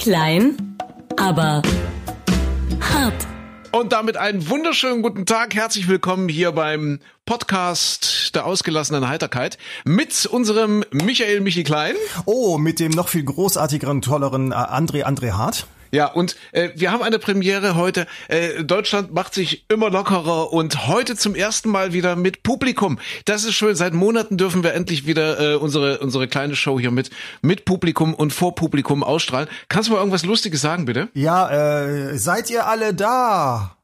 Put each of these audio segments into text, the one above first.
Klein, aber hart. Und damit einen wunderschönen guten Tag. Herzlich willkommen hier beim Podcast der ausgelassenen Heiterkeit mit unserem Michi Klein. Oh, mit dem noch viel großartigeren, tolleren André Hart. Ja, und wir haben eine Premiere heute. Deutschland macht sich immer lockerer und heute zum ersten Mal wieder mit Publikum. Das ist schön. Seit Monaten dürfen wir endlich wieder unsere kleine Show hier mit Publikum und vor Publikum ausstrahlen. Kannst du mal irgendwas Lustiges sagen, bitte? Ja, seid ihr alle da?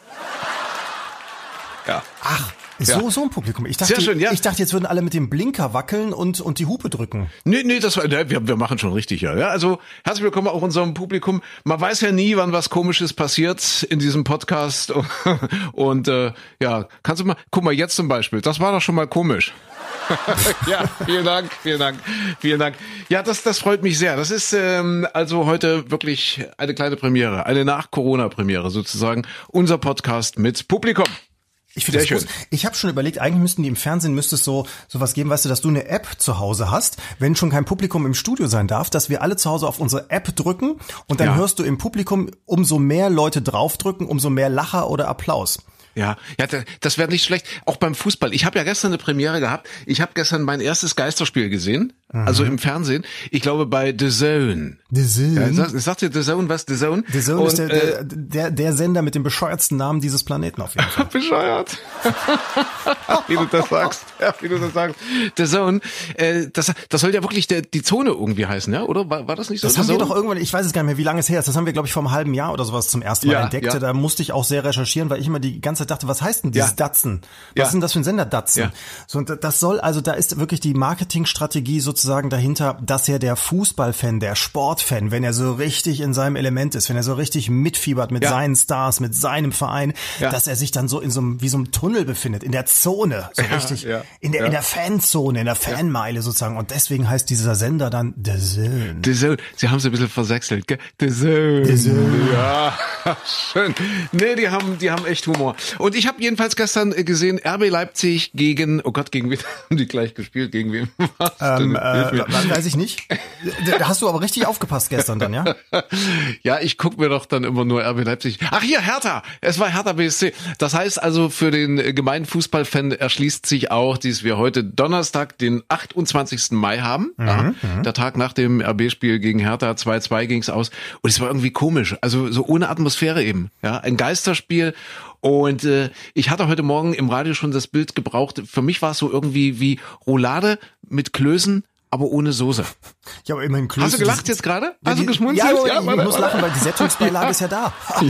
Ja. Ach. Ja. So ein Publikum. Ich dachte, sehr schön, ja. Ich dachte, jetzt würden alle mit dem Blinker wackeln und die Hupe drücken. Nee, wir machen schon richtig, ja. Also, herzlich willkommen auch unserem Publikum. Man weiß ja nie, wann was Komisches passiert in diesem Podcast. Und ja, kannst du mal, guck mal, jetzt zum Beispiel, das war doch schon mal komisch. Ja, vielen Dank. Ja, das freut mich sehr. Das ist also heute wirklich eine kleine Premiere, eine Nach-Corona-Premiere sozusagen. Unser Podcast mit Publikum. Ich finde das schön. Ich habe schon überlegt, eigentlich müssten die im Fernsehen, müsste es sowas geben, weißt du, dass du eine App zu Hause hast, wenn schon kein Publikum im Studio sein darf, dass wir alle zu Hause auf unsere App drücken und dann hörst du im Publikum, umso mehr Leute draufdrücken, umso mehr Lacher oder Applaus. Ja, das wäre nicht schlecht. Auch beim Fußball. Ich habe ja gestern eine Premiere gehabt. Ich habe gestern mein erstes Geisterspiel gesehen, also im Fernsehen. Ich glaube bei The Zone. The Zone? Ja, sagt dir The Zone was? The Zone? The Zone ist der Sender mit dem bescheuertsten Namen dieses Planeten auf jeden Fall. Bescheuert. Wie du das sagst. Ja, wie du das sagst. The Zone, das soll ja wirklich die Zone irgendwie heißen, ja? Oder war das nicht so? Das haben wir doch irgendwann, ich weiß es gar nicht mehr, wie lange es her ist. Das haben wir, glaube ich, vor einem halben Jahr oder sowas zum ersten Mal entdeckt. Ja. Da musste ich auch sehr recherchieren, weil ich immer die ganze Zeit dachte, was heißt denn dieses Datsen? Was ist denn das für ein Sender, Datsen? Ja. So, und das soll, also da ist wirklich die Marketingstrategie sozusagen dahinter, dass ja der Fußballfan, der Sportfan, wenn er so richtig in seinem Element ist, wenn er so richtig mitfiebert mit seinen Stars, mit seinem Verein, dass er sich dann so in so einem, wie so einem Tunnel befindet, in der Zone, so richtig, in der Fanzone, in der Fanmeile sozusagen. Und deswegen heißt dieser Sender dann The Zone. The Zone. Sie haben es ein bisschen versechselt, gell? The Zone. The Zone. Ja, schön. Nee, die haben echt Humor. Und ich habe jedenfalls gestern gesehen, RB Leipzig gegen wen haben die gleich gespielt? Gegen wen? Weiß ich nicht. Da hast du aber richtig aufgepasst gestern dann, ja? Ja, ich guck mir doch dann immer nur RB Leipzig. Ach hier, Hertha. Es war Hertha BSC. Das heißt also, für den gemeinen Fußballfan erschließt sich auch, dass wir heute Donnerstag, den 28. Mai haben. Der Tag nach dem RB-Spiel gegen Hertha. 2-2 ging's aus. Und es war irgendwie komisch. Also so ohne Atmosphäre eben. Ja, ein Geisterspiel. Und ich hatte heute Morgen im Radio schon das Bild gebraucht. Für mich war es so irgendwie wie Roulade mit Klößen, aber ohne Soße. Ja, aber immerhin Klöße. Hast du gelacht jetzt gerade? Hast du geschmunzelt? Ja, ich muss lachen, weil die Sättigungsbeilage ist ja da.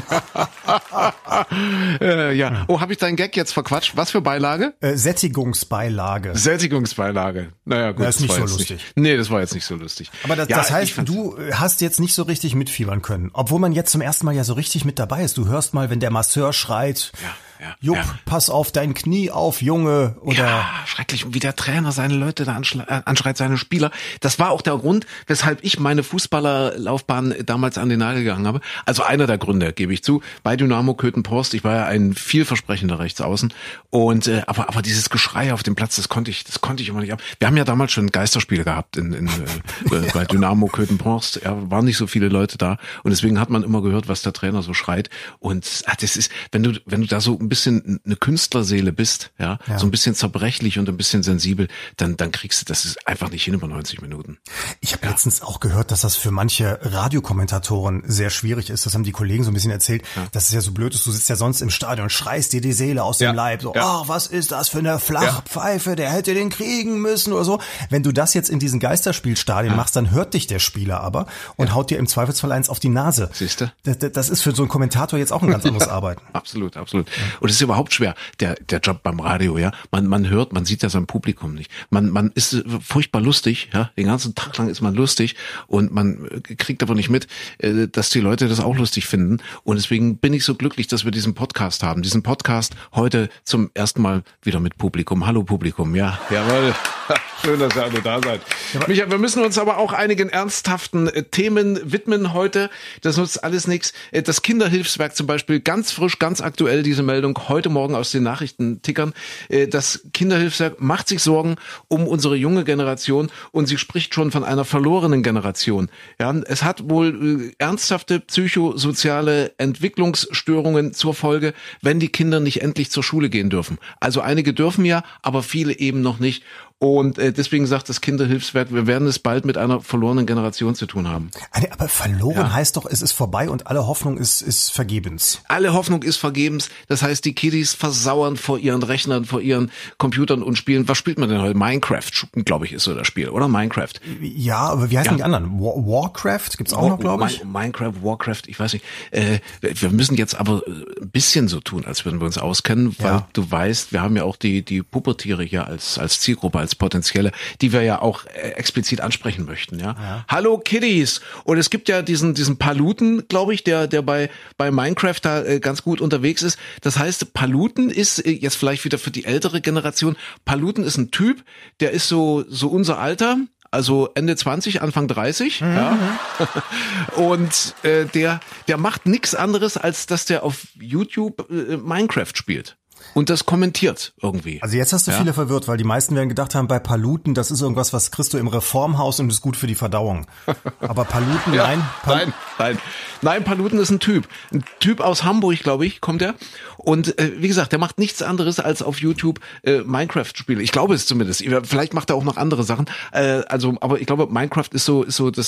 Ja. Oh, habe ich deinen Gag jetzt verquatscht? Was für Beilage? Sättigungsbeilage. Naja, gut. Das ist nicht so lustig. Nee, das war jetzt nicht so lustig. Aber das heißt, du hast jetzt nicht so richtig mitfiebern können. Obwohl man jetzt zum ersten Mal ja so richtig mit dabei ist. Du hörst mal, wenn der Masseur schreit, Jupp, pass auf dein Knie auf, Junge. Oder ja, schrecklich. Und wie der Trainer seine Leute da anschreit, seine Spieler. Das war auch der Grund, weshalb ich meine Fußballerlaufbahn damals an den Nagel gegangen habe. Also einer der Gründe, gebe ich zu, bei Dynamo Köthen-Porst. Ich war ja ein vielversprechender Rechtsaußen. Und aber dieses Geschrei auf dem Platz, das konnte ich immer nicht ab. Wir haben ja damals schon Geisterspiele gehabt bei Dynamo Köthen-Porst. Ja, waren nicht so viele Leute da. Und deswegen hat man immer gehört, was der Trainer so schreit. Und das ist, wenn du da so ein bisschen eine Künstlerseele bist, so ein bisschen zerbrechlich und ein bisschen sensibel, dann kriegst du das ist einfach nicht hin über 90 Minuten. Ich habe letztens auch gehört, dass das für manche Radiokommentatoren sehr schwierig ist. Das haben die Kollegen so ein bisschen erzählt, dass es ja so blöd ist. Du sitzt ja sonst im Stadion und schreist dir die Seele aus dem Leib. So, was ist das für eine Flachpfeife? Der hätte den kriegen müssen oder so. Wenn du das jetzt in diesen Geisterspielstadien machst, dann hört dich der Spieler aber und haut dir im Zweifelsfall eins auf die Nase. Siehst du? Das ist für so einen Kommentator jetzt auch ein ganz anderes Arbeiten. Absolut. Und es ist überhaupt schwer, der Job beim Radio, ja. Man hört, man sieht ja sein Publikum nicht. Man ist furchtbar lustig, ja. Den ganzen Tag lang ist man lustig und man kriegt aber nicht mit, dass die Leute das auch lustig finden. Und deswegen bin ich so glücklich, dass wir diesen Podcast haben. Diesen Podcast heute zum ersten Mal wieder mit Publikum. Hallo Publikum, ja. Jawohl. Schön, dass ihr alle da seid. Micha, wir müssen uns aber auch einigen ernsthaften Themen widmen heute. Das nutzt alles nichts. Das Kinderhilfswerk zum Beispiel, ganz frisch, ganz aktuell diese Meldung. Meldung heute Morgen aus den Nachrichtentickern. Das Kinderhilfswerk macht sich Sorgen um unsere junge Generation und sie spricht schon von einer verlorenen Generation. Ja, es hat wohl ernsthafte psychosoziale Entwicklungsstörungen zur Folge, wenn die Kinder nicht endlich zur Schule gehen dürfen. Also einige dürfen ja, aber viele eben noch nicht. Und deswegen sagt das Kinderhilfswerk, wir werden es bald mit einer verlorenen Generation zu tun haben. Aber verloren heißt doch, es ist vorbei und alle Hoffnung ist vergebens. Alle Hoffnung ist vergebens. Das heißt, die Kiddies versauern vor ihren Rechnern, vor ihren Computern und spielen. Was spielt man denn heute? Minecraft, glaube ich, ist so das Spiel, oder? Minecraft. Ja, aber wie heißen die anderen? Warcraft gibt's auch noch, glaube ich. Minecraft, Warcraft, ich weiß nicht. Wir müssen jetzt aber ein bisschen so tun, als würden wir uns auskennen, weil du weißt, wir haben ja auch die Pubertiere hier als Zielgruppe, als potenzielle, die wir ja auch explizit ansprechen möchten, ja. Hallo Kiddies! Und es gibt ja diesen Paluten, glaube ich, der bei Minecraft da ganz gut unterwegs ist. Das heißt, Paluten ist jetzt vielleicht wieder für die ältere Generation. Paluten ist ein Typ, der ist so unser Alter, also Ende 20, Anfang 30, ja. Und der macht nichts anderes, als dass der auf YouTube Minecraft spielt. Und das kommentiert irgendwie. Also jetzt hast du viele verwirrt, weil die meisten werden gedacht haben, bei Paluten, das ist irgendwas, was kriegst du im Reformhaus und ist gut für die Verdauung. Aber Paluten, Nein, Paluten ist ein Typ. Ein Typ aus Hamburg, glaube ich, kommt er. Und wie gesagt, der macht nichts anderes als auf YouTube Minecraft-Spiele. Ich glaube es zumindest. Vielleicht macht er auch noch andere Sachen. Aber ich glaube, Minecraft ist so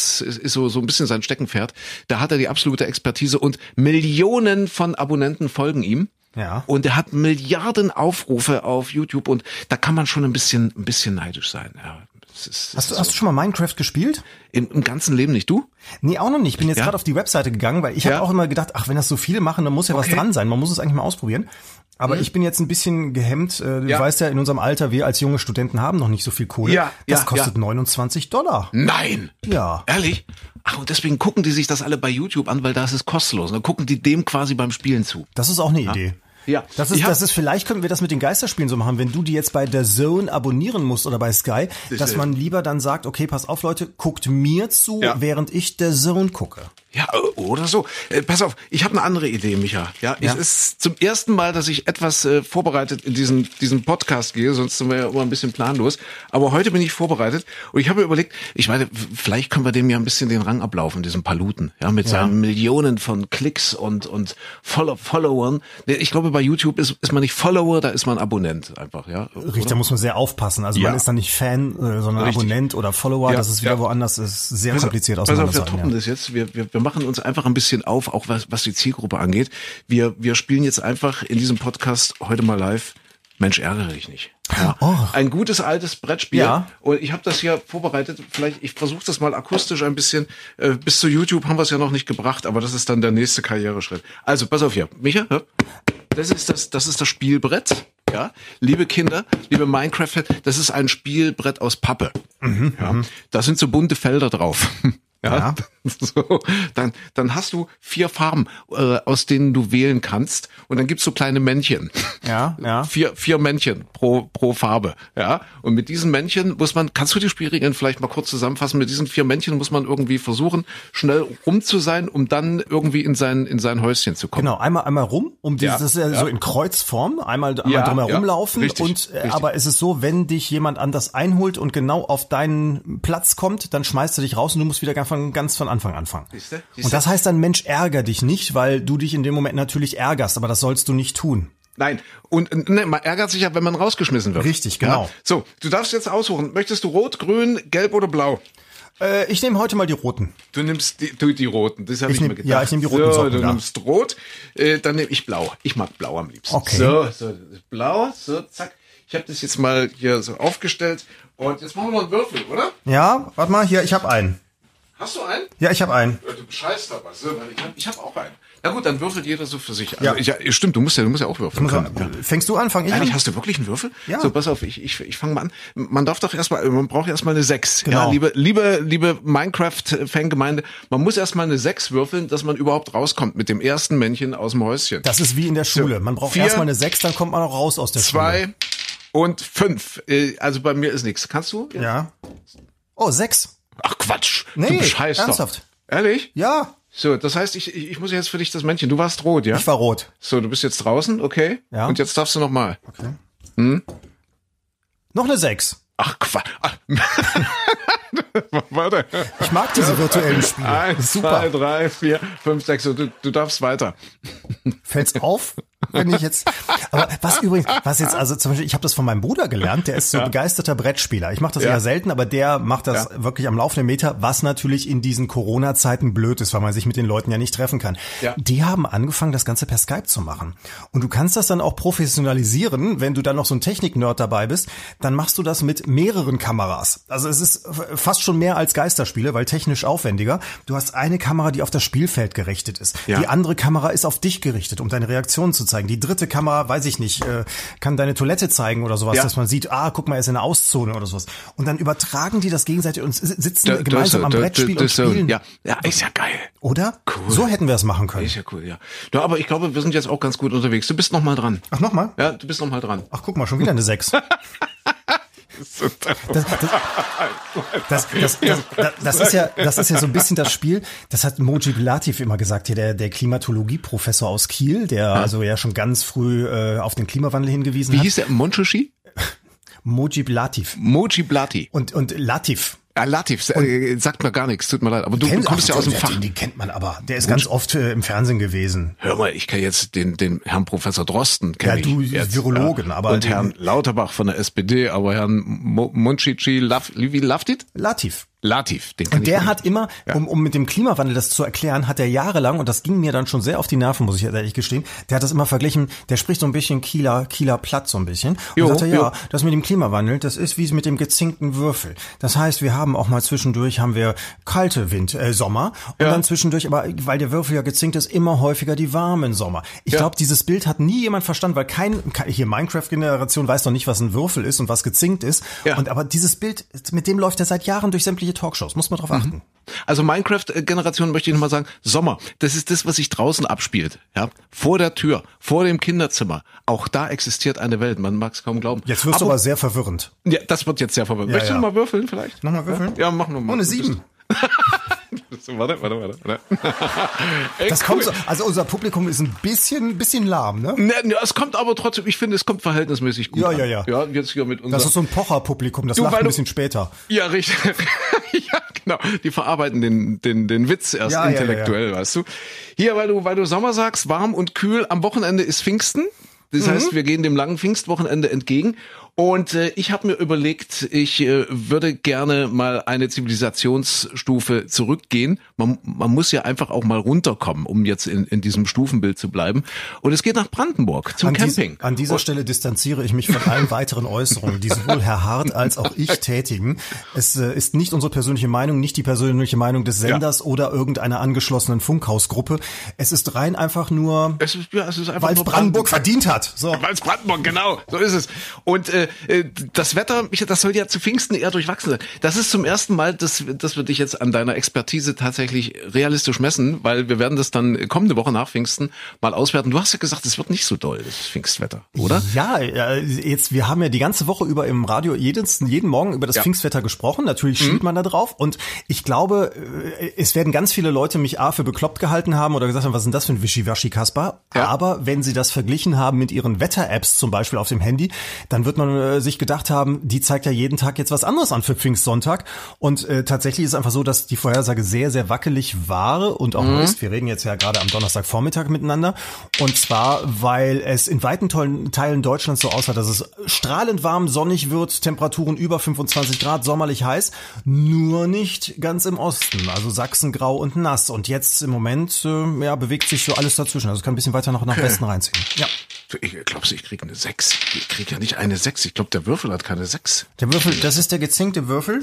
ein bisschen sein Steckenpferd. Da hat er die absolute Expertise und Millionen von Abonnenten folgen ihm. Ja. Und er hat Milliarden Aufrufe auf YouTube und da kann man schon ein bisschen neidisch sein. Ja, hast du schon mal Minecraft gespielt? Im ganzen Leben nicht, du? Nee, auch noch nicht. Ich bin jetzt gerade auf die Webseite gegangen, weil ich habe auch immer gedacht, ach, wenn das so viele machen, dann muss ja was dran sein. Man muss es eigentlich mal ausprobieren. Aber ich bin jetzt ein bisschen gehemmt. Du weißt ja, in unserem Alter, wir als junge Studenten haben noch nicht so viel Kohle. Das kostet $29. Nein! Ja. Ehrlich? Ach, und deswegen gucken die sich das alle bei YouTube an, weil da ist es kostenlos. Und dann gucken die dem quasi beim Spielen zu. Das ist auch eine Idee. Ja. Das ist, vielleicht könnten wir das mit den Geisterspielen so machen, wenn du die jetzt bei der Zone abonnieren musst oder bei Sky, dass man lieber dann sagt, okay, pass auf Leute, guckt mir zu, während ich der Zone gucke. Ja, oder so. Pass auf, ich habe eine andere Idee, Micha. Ja, es ist zum ersten Mal, dass ich etwas vorbereitet in diesen Podcast gehe, sonst sind wir ja immer ein bisschen planlos. Aber heute bin ich vorbereitet und ich habe mir überlegt, ich meine, vielleicht können wir dem ja ein bisschen den Rang ablaufen, diesem Paluten, mit seinen Millionen von Klicks und Followern. Ich glaube, bei YouTube ist man nicht Follower, da ist man Abonnent einfach, ja. Richtig, da muss man sehr aufpassen. Also man ist dann nicht Fan, sondern Abonnent oder Follower. Das ist wieder woanders, ist sehr kompliziert auseinanderzuhalten. Pass auf, wir toppen das jetzt. Wir machen uns einfach ein bisschen auf, auch was die Zielgruppe angeht. Wir spielen jetzt einfach in diesem Podcast heute mal live Mensch, ärgere dich nicht. Ja. Ein gutes altes Brettspiel. Ja. Und ich habe das hier vorbereitet. Vielleicht, ich versuche das mal akustisch ein bisschen. Bis zu YouTube haben wir es ja noch nicht gebracht, aber das ist dann der nächste Karriereschritt. Also, pass auf hier. Micha, hör. Das ist das Spielbrett. Ja, liebe Kinder, liebe Minecraft, das ist ein Spielbrett aus Pappe. Da sind so bunte Felder drauf. Ja. So, dann hast du 4 Farben, aus denen du wählen kannst, und dann gibt's so kleine Männchen. Ja. 4 Männchen pro Farbe. Ja. Und mit diesen Männchen kannst du die Spielregeln vielleicht mal kurz zusammenfassen? Mit diesen 4 Männchen muss man irgendwie versuchen, schnell rum zu sein, um dann irgendwie in sein Häuschen zu kommen. Genau, einmal rum, das ist ja so in Kreuzform, einmal drumherum laufen. Richtig. Aber es ist so, wenn dich jemand anders einholt und genau auf deinen Platz kommt, dann schmeißt er dich raus und du musst wieder ganz von Anfang anfangen. Siehste? Und das heißt dann, Mensch, ärger dich nicht, weil du dich in dem Moment natürlich ärgerst, aber das sollst du nicht tun. Nein, und man ärgert sich ja, wenn man rausgeschmissen wird. Richtig, genau. Ja? So, du darfst jetzt aussuchen, möchtest du rot, grün, gelb oder blau? Ich nehme heute mal die roten. Du nimmst die roten, das habe ich mir gedacht. Ja, ich nehme die roten Socken. Du nimmst rot, dann nehme ich blau. Ich mag blau am liebsten. Okay. So, blau, so, zack. Ich habe das jetzt mal hier so aufgestellt und jetzt machen wir mal einen Würfel, oder? Ja, warte mal, hier, ich habe einen. Hast du einen? Ja, ich habe einen. Du bescheißt aber so, weil ich hab auch einen. Na gut, dann würfelt jeder so für sich. Also stimmt, du musst ja auch würfeln können. Fängst du an, fang ich an? Hast du wirklich einen Würfel? Ja. So, pass auf, ich fange mal an. Man braucht erstmal eine 6. Genau. Ja, liebe Minecraft-Fangemeinde, man muss erstmal eine 6 würfeln, dass man überhaupt rauskommt mit dem ersten Männchen aus dem Häuschen. Das ist wie in der Schule. Man braucht erstmal eine 6, dann kommt man auch raus aus der 2 Schule. und 5. Also bei mir ist nichts. Kannst du? Ja. Oh, 6. Ach Quatsch. Nee, du bescheißt ernsthaft. Doch. Ehrlich? Ja. So, das heißt, ich muss jetzt für dich das Männchen. Du warst rot, ja? Ich war rot. So, du bist jetzt draußen, okay? Ja. Und jetzt darfst du nochmal. Okay. Noch eine 6. Ach, Quatsch. Warte. Ich mag diese virtuellen Spiele. 1, Super. 2, 3, 4, 5, 6. Du darfst weiter. Fällt's auf, wenn ich jetzt... Aber was jetzt, also zum Beispiel, ich habe das von meinem Bruder gelernt, der ist so begeisterter Brettspieler. Ich mache das eher selten, aber der macht das wirklich am laufenden Meter, was natürlich in diesen Corona-Zeiten blöd ist, weil man sich mit den Leuten ja nicht treffen kann. Ja. Die haben angefangen, das Ganze per Skype zu machen. Und du kannst das dann auch professionalisieren, wenn du dann noch so ein Technik-Nerd dabei bist, dann machst du das mit mehreren Kameras. Also es ist fast schon mehr als Geisterspiele, weil technisch aufwendiger. Du hast eine Kamera, die auf das Spielfeld gerichtet ist. Ja. Die andere Kamera ist auf dich gerichtet, um deine Reaktionen zu zeigen. Die dritte Kamera, weiß ich nicht, kann deine Toilette zeigen oder sowas, dass man sieht, guck mal, er ist in der Auszone oder sowas. Und dann übertragen die das gegenseitig und sitzen gemeinsam am Brettspiel und spielen. Ja, ist ja geil. Oder? Cool. So hätten wir es machen können. Ist ja cool, ja. Ja, aber ich glaube, wir sind jetzt auch ganz gut unterwegs. Du bist noch mal dran. Ach, nochmal? Ja, du bist noch mal dran. Ach, guck mal, schon wieder eine 6. Das ist ja so ein bisschen das Spiel, das hat Mojib Latif immer gesagt, hier der Klimatologie-Professor aus Kiel, der also ja schon ganz früh auf den Klimawandel hingewiesen hat. Wie hieß der? Monchichi? Mojib Latif. Mojib Latif. Und Latif. Ja, Latif, sagt mir gar nichts, tut mir leid. Aber du kommst ja aus dem Fach. Den kennt man aber. Der ist ganz oft im Fernsehen gewesen. Hör mal, ich kenne jetzt den Herrn Professor Drosten. Ja, du Virologen. Aber und Herrn Lauterbach von der SPD, aber Herrn Monchichi, wie Laftit? Latif, den kann und der hat immer, um mit dem Klimawandel das zu erklären, hat er jahrelang, und das ging mir dann schon sehr auf die Nerven, muss ich ehrlich gestehen, der hat das immer verglichen, der spricht so ein bisschen Kieler Platt so ein bisschen. Und sagte, das mit dem Klimawandel, das ist wie mit dem gezinkten Würfel. Das heißt, wir haben auch mal zwischendurch, haben wir kalte Sommer und dann zwischendurch, aber weil der Würfel ja gezinkt ist, immer häufiger die warmen Sommer. Ich glaube, dieses Bild hat nie jemand verstanden, weil hier Minecraft-Generation weiß noch nicht, was ein Würfel ist und was gezinkt ist. Ja. Aber dieses Bild, mit dem läuft er seit Jahren durch sämtliche Talkshows, muss man drauf achten. Also Minecraft-Generation möchte ich nochmal sagen, Sommer, das ist das, was sich draußen abspielt, ja, vor der Tür, vor dem Kinderzimmer. Auch da existiert eine Welt, man mag es kaum glauben. Jetzt wirst du aber sehr verwirrend. Ja, das wird jetzt sehr verwirrend. Möchtest du nochmal würfeln vielleicht? Nochmal würfeln? Ja, machen wir mal. Ohne 7. Warte. Ey, das kommt so, also unser Publikum ist ein bisschen lahm, ne? Es kommt aber trotzdem, ich finde, es kommt verhältnismäßig gut an. Ja. Ja, jetzt hier mit das ist so ein Pocher-Publikum, das lacht ein bisschen später. Ja, richtig. Ja, genau. Die verarbeiten den Witz erst intellektuell, weißt du. Hier, weil du Sommer sagst, warm und kühl, am Wochenende ist Pfingsten. Das heißt, wir gehen dem langen Pfingstwochenende entgegen. Und ich habe mir überlegt, ich würde gerne mal eine Zivilisationsstufe zurückgehen. Man muss ja einfach auch mal runterkommen, um jetzt in diesem Stufenbild zu bleiben. Und es geht nach Brandenburg zum Camping. An dieser Stelle distanziere ich mich von allen weiteren Äußerungen, die sowohl Herr Hart als auch ich tätigen. Es ist nicht unsere persönliche Meinung, nicht die persönliche Meinung des Senders oder irgendeiner angeschlossenen Funkhausgruppe. Es ist rein einfach nur, weil es Brandenburg verdient hat. So. Weil es Brandenburg, genau, so ist es. Und das Wetter, das soll ja zu Pfingsten eher durchwachsen sein. Das ist zum ersten Mal, dass wir dich jetzt an deiner Expertise tatsächlich realistisch messen, weil wir werden das dann kommende Woche nach Pfingsten mal auswerten. Du hast ja gesagt, es wird nicht so doll, das Pfingstwetter, oder? Ja, wir haben ja die ganze Woche über im Radio jeden Morgen über das Pfingstwetter gesprochen. Natürlich schielt man da drauf. Und ich glaube, es werden ganz viele Leute mich für bekloppt gehalten haben oder gesagt haben, was ist denn das für ein Wischiwaschi-Kasper? Ja. Aber wenn sie das verglichen haben mit ihren Wetter-Apps zum Beispiel auf dem Handy, dann wird man sich gedacht haben, die zeigt ja jeden Tag jetzt was anderes an für Pfingstsonntag. Und tatsächlich ist es einfach so, dass die Vorhersage sehr, sehr wackelig war und auch noch ist. Wir reden jetzt ja gerade am Donnerstagvormittag miteinander. Und zwar, weil es in weiten Teilen Deutschlands so aussah, dass es strahlend warm, sonnig wird, Temperaturen über 25 Grad, sommerlich heiß, nur nicht ganz im Osten. Also Sachsen grau und nass. Und jetzt im Moment bewegt sich so alles dazwischen. Also es kann ein bisschen weiter nach Westen reinziehen. Ja. Glaubst du, ich krieg eine 6? Ich krieg ja nicht eine 6. Ich glaube, der Würfel hat keine 6. Der Würfel, das ist der gezinkte Würfel?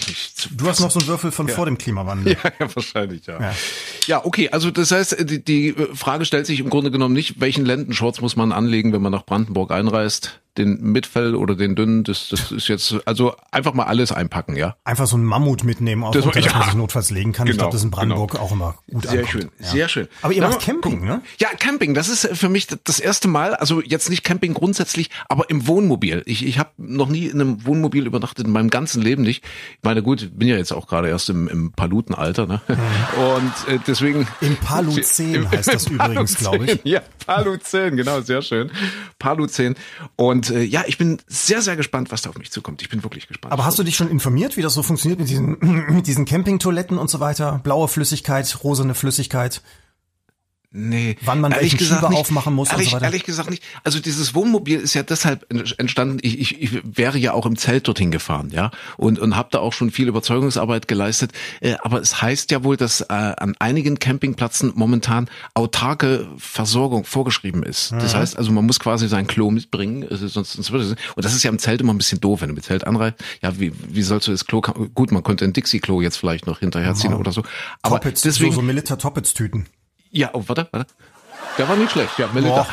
Du hast noch so einen Würfel von vor dem Klimawandel. Ja, wahrscheinlich, ja. Ja, okay, also das heißt, die Frage stellt sich im Grunde genommen nicht, welchen Lendenschurz muss man anlegen, wenn man nach Brandenburg einreist? den Mitfell oder den dünnen, das ist jetzt, also einfach mal alles einpacken, ja. Einfach so einen Mammut mitnehmen, auf dass man sich notfalls legen kann. Genau, ich glaube, das ist in Brandenburg auch immer gut sehr ankommt. Schön, sehr schön. Aber ihr macht Camping, ne? Ja, Camping, das ist für mich das erste Mal, also jetzt nicht Camping grundsätzlich, aber im Wohnmobil. Ich habe noch nie in einem Wohnmobil übernachtet, in meinem ganzen Leben nicht. Ich meine, gut, bin ja jetzt auch gerade erst im Palutenalter, ne? Und deswegen... Im Paluzän heißt das übrigens, glaube ich. Ja, Paluzän, genau, sehr schön. Paluzän. Und ja, ich bin sehr, sehr gespannt, was da auf mich zukommt. Ich bin wirklich gespannt. Aber hast du dich schon informiert, wie das so funktioniert mit diesen Campingtoiletten und so weiter? Blaue Flüssigkeit, rosane Flüssigkeit? Nee. Wann man welchen Schieber aufmachen muss und so weiter? Ehrlich gesagt nicht. Also dieses Wohnmobil ist ja deshalb entstanden, ich wäre ja auch im Zelt dorthin gefahren, ja, und habe da auch schon viel Überzeugungsarbeit geleistet. Aber es heißt ja wohl, dass an einigen Campingplätzen momentan autarke Versorgung vorgeschrieben ist. Das heißt also, man muss quasi sein Klo mitbringen, sonst würde es. Und das ist ja im Zelt immer ein bisschen doof, wenn du mit Zelt anreist. Ja, wie sollst du das Klo? Gut, man könnte ein Dixie-Klo jetzt vielleicht noch hinterherziehen oder so. Aber Toppets, deswegen so Militär-Toppets-Tüten. Ja, oh, warte. Der war nicht schlecht. Ja,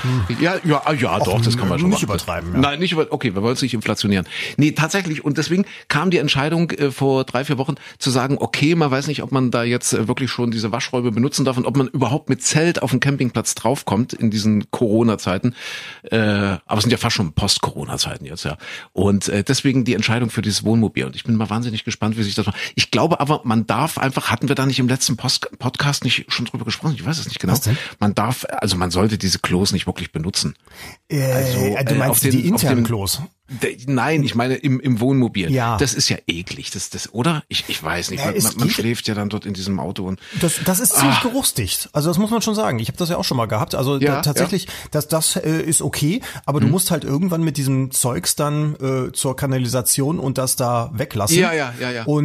doch, das kann man schon nicht machen. Übertreiben. Ja. Nein, okay, wir wollen es nicht inflationieren. Nee, tatsächlich. Und deswegen kam die Entscheidung vor 3-4 Wochen zu sagen, okay, man weiß nicht, ob man da jetzt wirklich schon diese Waschräume benutzen darf und ob man überhaupt mit Zelt auf den Campingplatz draufkommt in diesen Corona-Zeiten. Aber es sind ja fast schon Post-Corona-Zeiten jetzt, ja. Und deswegen die Entscheidung für dieses Wohnmobil. Und ich bin mal wahnsinnig gespannt, wie sich das macht. Ich glaube aber, man darf einfach, hatten wir da nicht im letzten Podcast nicht schon drüber gesprochen? Ich weiß es nicht genau. Was denn? Man sollte diese Klos nicht wirklich benutzen. Du meinst die internen Klos? Nein, ich meine im Wohnmobil. Ja. Das ist ja eklig, das oder? Ich weiß nicht. Man schläft ja dann dort in diesem Auto und das ist ziemlich geruchsdicht. Also das muss man schon sagen. Ich habe das ja auch schon mal gehabt. Also tatsächlich, das ist okay, aber du musst halt irgendwann mit diesem Zeugs dann zur Kanalisation und das da weglassen. Ja. Und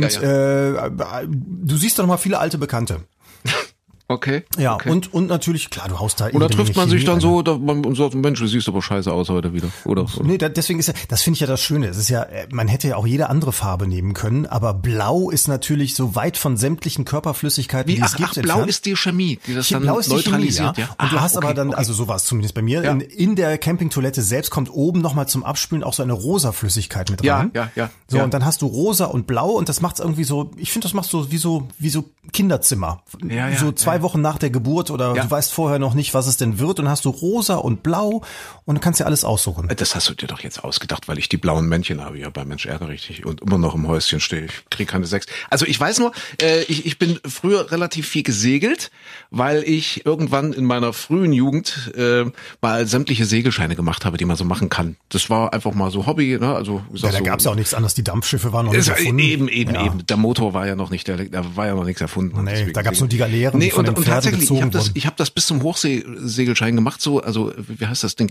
du siehst dann mal viele alte Bekannte. Okay. Ja, okay. Und natürlich, klar, du haust da oder trifft man sich dann so und sagt, Mensch, du siehst aber scheiße aus heute wieder, oder? Nee, deswegen ist das finde ich ja das Schöne. Es ist ja, man hätte ja auch jede andere Farbe nehmen können, aber Blau ist natürlich so weit von sämtlichen Körperflüssigkeiten, die es gibt. Blau ist die Chemie, die das dann Blau ist neutralisiert, die Chemie, ja. Und du hast aber dann, also so war es zumindest bei mir, in der Campingtoilette selbst kommt oben nochmal zum Abspülen auch so eine rosa Flüssigkeit mit rein. Ja. So, und dann hast du rosa und blau und das macht's irgendwie so, ich finde, das macht so wie so Kinderzimmer. So 2 Wochen nach der Geburt oder du weißt vorher noch nicht, was es denn wird und hast du rosa und blau und du kannst dir alles aussuchen. Das hast du dir doch jetzt ausgedacht, weil ich die blauen Männchen habe ja bei Mensch ärgere ich dich und immer noch im Häuschen stehe. Ich kriege keine 6. Also ich weiß nur, ich bin früher relativ viel gesegelt, weil ich irgendwann in meiner frühen Jugend mal sämtliche Segelscheine gemacht habe, die man so machen kann. Das war einfach mal so Hobby, ne? Also da gab es ja auch nichts anderes, die Dampfschiffe waren noch nicht erfunden. Eben. Der Motor war ja noch nicht, da war ja noch nichts erfunden. Nee, da gab es nur die Galeeren, die von den Pferden gezogen wurden. Ich habe das bis zum Hochseesegelschein gemacht, so, also wie heißt das Ding?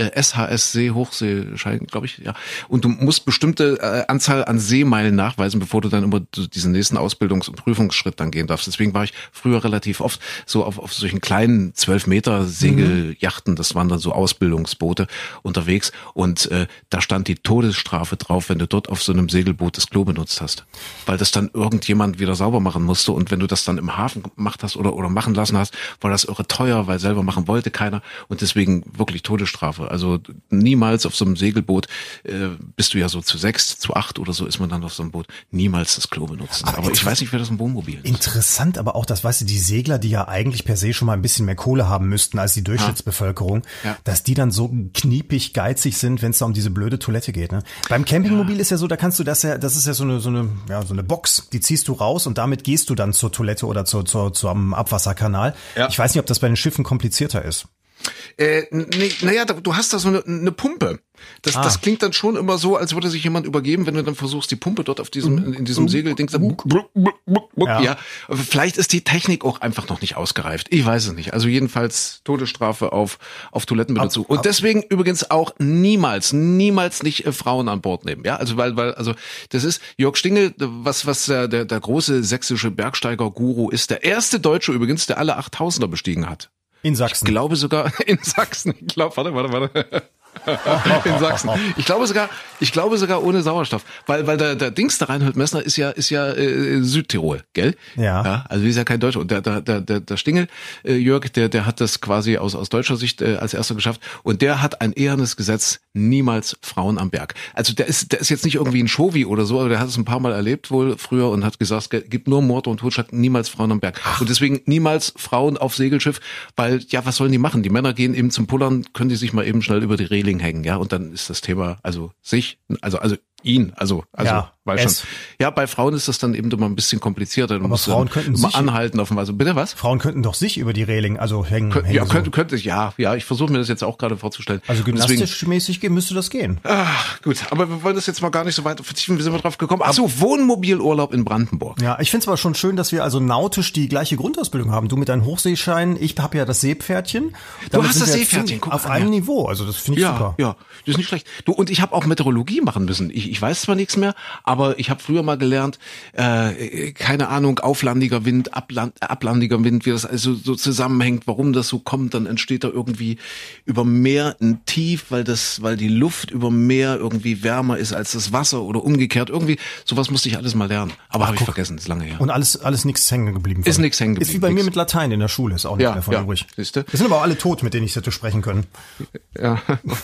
SHSC Hochseeschein, glaube ich, ja. Und du musst bestimmte Anzahl an Seemeilen nachweisen, bevor du dann immer diesen nächsten Ausbildungs- und Prüfungsschritt dann gehen darfst. Deswegen war ich früher relativ oft so auf solchen kleinen 12 Meter Segelyachten, das waren dann so Ausbildungsboote unterwegs und da stand die Todesstrafe drauf, wenn du dort auf so einem Segelboot das Klo benutzt hast. Weil das dann irgendjemand wieder sauber machen musste und wenn du das dann im Hafen gemacht hast oder machen lassen hast, war das irre teuer, weil selber machen wollte keiner und deswegen wirklich Todesstrafe. Also niemals auf so einem Segelboot bist du ja so zu 6, zu 8 oder so ist man dann auf so einem Boot, niemals das Klo benutzen. Aber ich weiß nicht, wer das im Wohnmobil ist. Interessant, aber auch das, weißt du, die Segler, die ja eigentlich per se schon mal ein bisschen mehr Kohle haben müssten als die Durchschnittsbevölkerung, dass die dann so kniepig geizig sind, wenn es da um diese blöde Toilette geht. Ne? Beim Campingmobil ist ja so, da kannst du das ist ja so eine Box, die ziehst du raus und damit gehst du dann zur Toilette oder zum Abwasserkanal. Ja. Ich weiß nicht, ob das bei den Schiffen komplizierter ist. Du hast da so eine Pumpe. Das klingt dann schon immer so, als würde sich jemand übergeben, wenn du dann versuchst, die Pumpe dort auf in diesem Segelding ja. Vielleicht ist die Technik auch einfach noch nicht ausgereift. Ich weiß es nicht. Also jedenfalls Todesstrafe auf Toilettenbenutzung. Und deswegen übrigens auch niemals nicht Frauen an Bord nehmen. Ja, also weil das ist Jörg Stingel, was der große sächsische Bergsteiger-Guru ist, der erste Deutsche übrigens, der alle 8000er bestiegen hat. In Sachsen. Ich glaube sogar in Sachsen. Ich glaube, warte. In Sachsen. Ich glaube sogar ohne Sauerstoff, weil der Dings, der Reinhold Messner ist ja Südtirol, gell? Ja. Also ist ja kein Deutscher. Und der Stingel, Jörg, der hat das quasi aus deutscher Sicht als erster geschafft. Und der hat ein ehernes Gesetz: niemals Frauen am Berg. Also der ist jetzt nicht irgendwie ein Chauvi oder so, aber der hat es ein paar Mal erlebt wohl früher und hat gesagt, es gibt nur Mord und Totschlag, niemals Frauen am Berg. Und deswegen niemals Frauen auf Segelschiff, weil ja, was sollen die machen? Die Männer gehen eben zum Pullern, können die sich mal eben schnell über die Reling hängen, ja, und dann ist das Thema ihn, weil schon. Ja, bei Frauen ist das dann eben immer ein bisschen komplizierter. Aber Frauen könnten immer anhalten auf dem Wasser. Bitte was? Frauen könnten doch sich über die Reling, hängen. Könnte ich, ich versuche mir das jetzt auch gerade vorzustellen. Also gymnastisch-mäßig müsste das gehen. Gut, aber wir wollen das jetzt mal gar nicht so weiter vertiefen. Wie sind wir drauf gekommen? Ach so, Wohnmobilurlaub in Brandenburg. Ja, ich finde es aber schon schön, dass wir also nautisch die gleiche Grundausbildung haben. Du mit deinem Hochseeschein, ich habe ja das Seepferdchen. Du hast das Seepferdchen, guck auf einem Niveau, also das finde ich super. Ja, das ist nicht schlecht. Du, und ich habe auch Meteorologie machen müssen. Ich weiß zwar nichts mehr, aber ich habe früher mal gelernt, keine Ahnung, auflandiger Wind, ablandiger Wind, wie das also so zusammenhängt, warum das so kommt, dann entsteht da irgendwie über Meer ein Tief, weil die Luft über Meer irgendwie wärmer ist als das Wasser oder umgekehrt. Irgendwie, sowas musste ich alles mal lernen. Aber habe ich vergessen, ist lange her. Und alles nichts hängen geblieben. Ist nichts hängen geblieben. Ist wie bei mir mit Latein in der Schule, ist auch nicht mehr von übrig. Siehste? Das sind aber auch alle tot, mit denen ich hätte sprechen können. Ja.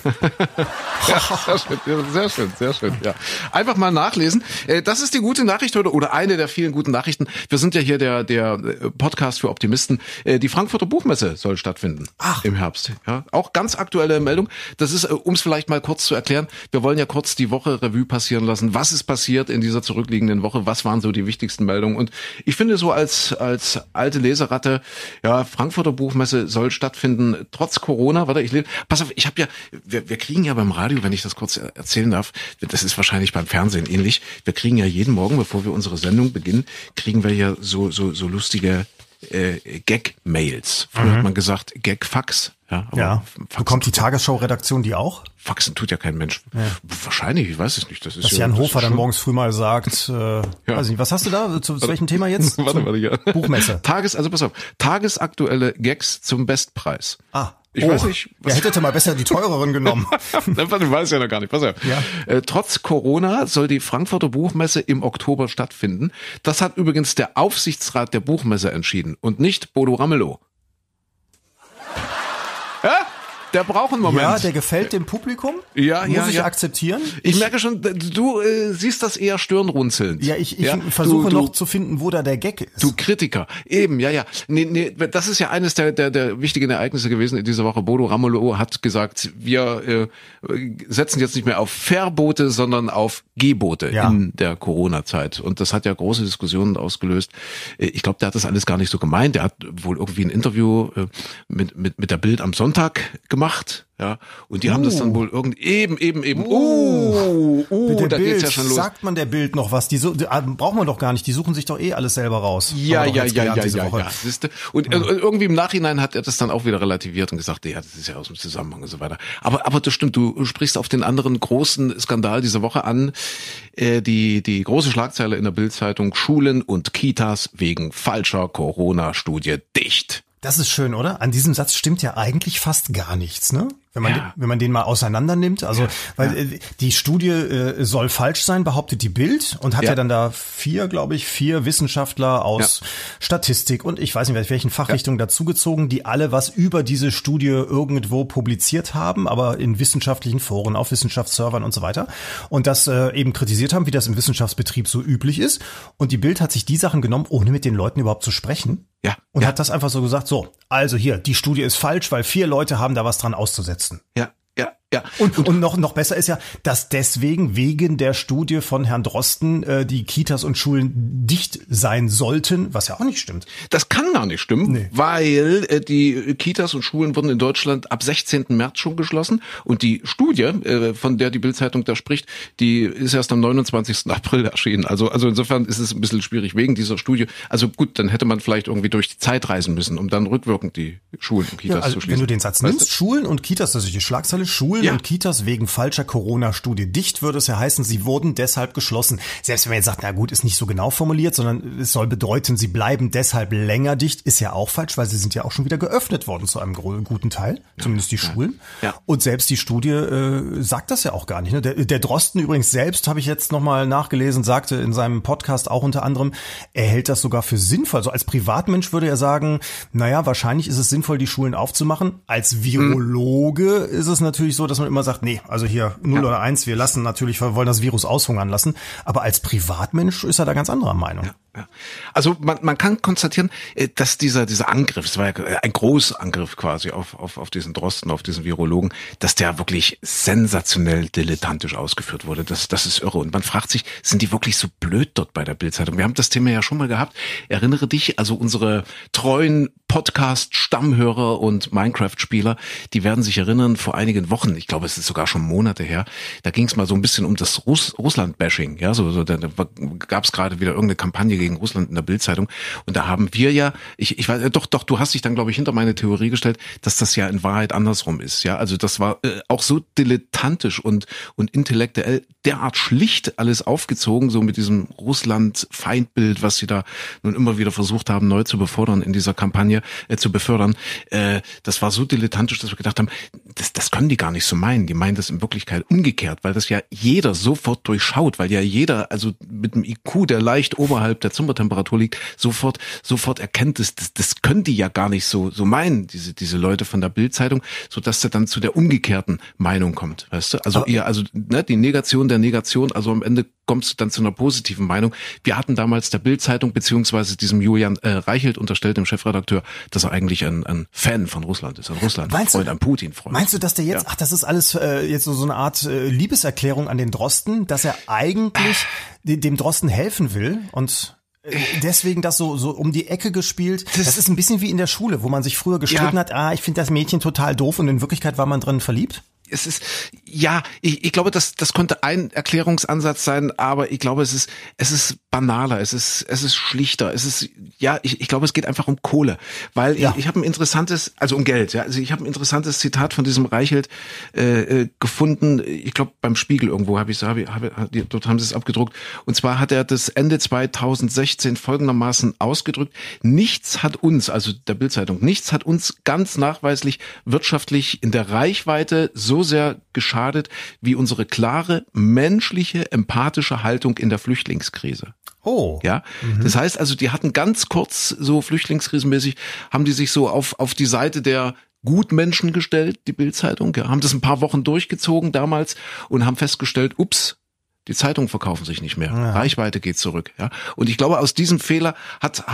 Sehr schön. Ja. Einfach mal nachlesen. Das ist die gute Nachricht oder eine der vielen guten Nachrichten. Wir sind ja hier der Podcast für Optimisten. Die Frankfurter Buchmesse soll stattfinden im Herbst. Ja, auch ganz aktuelle Meldung. Das ist, um es vielleicht mal kurz zu erklären, wir wollen ja kurz die Woche Revue passieren lassen. Was ist passiert in dieser zurückliegenden Woche? Was waren so die wichtigsten Meldungen? Und ich finde so als alte Leseratte, ja, Frankfurter Buchmesse soll stattfinden, trotz Corona. Warte, pass auf, wir kriegen ja beim Radio, wenn ich das kurz erzählen darf, das ist wahrscheinlich beim Fernsehen ähnlich, wir kriegen ja jeden Morgen, bevor wir unsere Sendung beginnen, kriegen wir ja so lustige Gag-Mails. Früher hat man gesagt Gag-Fax. Ja. Bekommt die Tagesschau-Redaktion die auch? Faxen tut ja kein Mensch. Ja. Wahrscheinlich, ich weiß es nicht. Dass Jan Hofer dann morgens früh mal sagt, weiß nicht, was hast du da? Zu welchem Thema jetzt? Warte, ja. Buchmesse. Pass auf. Tagesaktuelle Gags zum Bestpreis. Ich weiß nicht. Er hätte mal besser die teureren genommen. Du weißt ja noch gar nicht. Pass auf. Ja. Trotz Corona soll die Frankfurter Buchmesse im Oktober stattfinden. Das hat übrigens der Aufsichtsrat der Buchmesse entschieden und nicht Bodo Ramelow. Ja? Der braucht einen Moment. Ja, der gefällt dem Publikum. Ja, Muss ich akzeptieren. Ich merke schon, du siehst das eher stirnrunzelnd. Ja, ich versuche noch zu finden, wo da der Gag ist. Du Kritiker. Eben, ja. Nee, das ist ja eines der wichtigen Ereignisse gewesen in dieser Woche. Bodo Ramelow hat gesagt, wir setzen jetzt nicht mehr auf Verbote, sondern auf Gebote in der Corona-Zeit. Und das hat ja große Diskussionen ausgelöst. Ich glaube, der hat das alles gar nicht so gemeint. Der hat wohl irgendwie ein Interview mit der Bild am Sonntag gemacht. Ja, und die haben das dann wohl eben. Da geht's ja schon los. Sagt man der Bild noch was? Die braucht man doch gar nicht. Die suchen sich doch alles selber raus. Ja. Siehste? Und irgendwie im Nachhinein hat er das dann auch wieder relativiert und gesagt, ja, das ist ja aus dem Zusammenhang und so weiter. Aber das stimmt. Du sprichst auf den anderen großen Skandal dieser Woche an. Die große Schlagzeile in der Bild-Zeitung: Schulen und Kitas wegen falscher Corona-Studie dicht. Das ist schön, oder? An diesem Satz stimmt ja eigentlich fast gar nichts, ne? Wenn man den mal auseinander nimmt, weil die Studie soll falsch sein, behauptet die Bild und hat ja dann da vier Wissenschaftler aus Statistik und ich weiß nicht, welchen Fachrichtungen dazugezogen, die alle was über diese Studie irgendwo publiziert haben, aber in wissenschaftlichen Foren, auf Wissenschaftsservern und so weiter und das eben kritisiert haben, wie das im Wissenschaftsbetrieb so üblich ist. Und die Bild hat sich die Sachen genommen, ohne mit den Leuten überhaupt zu sprechen. Und hat das einfach so gesagt, also hier, die Studie ist falsch, weil 4 Leute haben da was dran auszusetzen. Ja. Und noch besser ist ja, dass deswegen wegen der Studie von Herrn Drosten die Kitas und Schulen dicht sein sollten, was ja auch nicht stimmt. Das kann gar nicht stimmen, weil die Kitas und Schulen wurden in Deutschland ab 16. März schon geschlossen und die Studie, von der die Bild-Zeitung da spricht, die ist erst am 29. April erschienen. Also insofern ist es ein bisschen schwierig wegen dieser Studie. Also gut, dann hätte man vielleicht irgendwie durch die Zeit reisen müssen, um dann rückwirkend die Schulen und Kitas zu schließen. Wenn du den Satz nimmst, Schulen und Kitas, das ist die Schlagzeile, Schulen Schulen und Kitas wegen falscher Corona-Studie dicht, würde es ja heißen, sie wurden deshalb geschlossen. Selbst wenn man jetzt sagt, na gut, ist nicht so genau formuliert, sondern es soll bedeuten, sie bleiben deshalb länger dicht, ist ja auch falsch, weil sie sind ja auch schon wieder geöffnet worden zu einem guten Teil, zumindest die Schulen. Ja. Und selbst die Studie sagt das ja auch gar nicht. Ne? Der Drosten übrigens selbst, habe ich jetzt nochmal nachgelesen, sagte in seinem Podcast auch unter anderem, er hält das sogar für sinnvoll. Also als Privatmensch würde er sagen, naja, wahrscheinlich ist es sinnvoll, die Schulen aufzumachen. Als Virologe ist es natürlich so, dass man immer sagt, nee, also hier 0 oder 1, wir wollen das Virus aushungern lassen. Aber als Privatmensch ist er da ganz anderer Meinung. Ja. Also man kann konstatieren, dass dieser Angriff, es war ja ein Großangriff quasi auf diesen Drosten, auf diesen Virologen, dass der wirklich sensationell dilettantisch ausgeführt wurde. Das ist irre. Und man fragt sich, sind die wirklich so blöd dort bei der Bild-Zeitung? Wir haben das Thema ja schon mal gehabt. Erinnere dich, also unsere treuen Podcast-Stammhörer und Minecraft-Spieler, die werden sich erinnern, vor einigen Wochen, ich glaube, es ist sogar schon Monate her, da ging es mal so ein bisschen um das Russland-Bashing. Ja, da gab es gerade wieder irgendeine Kampagne gegen Russland in der Bild-Zeitung. Und da haben wir ja, ich weiß, doch, du hast dich dann, glaube ich, hinter meine Theorie gestellt, dass das ja in Wahrheit andersrum ist. Ja, also das war auch so dilettantisch und intellektuell derart schlicht alles aufgezogen, so mit diesem Russland-Feindbild, was sie da nun immer wieder versucht haben, neu zu befördern in dieser Kampagne, zu befördern. Das war so dilettantisch, dass wir gedacht haben, das können die gar nicht so meinen. Die meinen das in Wirklichkeit umgekehrt, weil das ja jeder sofort durchschaut, weil ja jeder, also mit einem IQ, der leicht oberhalb der Zimmertemperatur liegt, sofort erkennt es, das können die ja gar nicht so meinen, diese Leute von der Bild-Zeitung, so dass der dann zu der umgekehrten Meinung kommt, weißt du? Also die Negation der Negation, also am Ende kommst du dann zu einer positiven Meinung. Wir hatten damals der Bild-Zeitung beziehungsweise diesem Julian Reichelt unterstellt, dem Chefredakteur, dass er eigentlich ein Fan von Russland ist, ein Russland-Freund, ein Putin-Freund. Meinst du, dass der jetzt, das ist alles jetzt so eine Art Liebeserklärung an den Drosten, dass er eigentlich dem Drosten helfen will und deswegen das so um die Ecke gespielt. Das ist ein bisschen wie in der Schule, wo man sich früher gestritten hat, ich finde das Mädchen total doof und in Wirklichkeit war man drin verliebt. Es ist, ich glaube, das konnte ein Erklärungsansatz sein, aber ich glaube, es ist banaler, es ist schlichter, ich glaube, es geht einfach um Kohle, weil ich habe ein interessantes, also um Geld, also ich habe ein interessantes Zitat von diesem Reichelt gefunden, ich glaube beim Spiegel irgendwo dort haben sie es abgedruckt, und zwar hat er das Ende 2016 folgendermaßen ausgedrückt: Nichts hat uns, also der Bild-Zeitung, nichts hat uns ganz nachweislich wirtschaftlich in der Reichweite so sehr geschadet wie unsere klare, menschliche, empathische Haltung in der Flüchtlingskrise. Oh. Ja. Das heißt also, die hatten ganz kurz so flüchtlingskrisenmäßig, haben die sich so auf die Seite der Gutmenschen gestellt, die Bild-Zeitung, haben das ein paar Wochen durchgezogen damals und haben festgestellt, die Zeitungen verkaufen sich nicht mehr. Ja. Reichweite geht zurück. Ja. Und ich glaube, aus diesem Fehler hat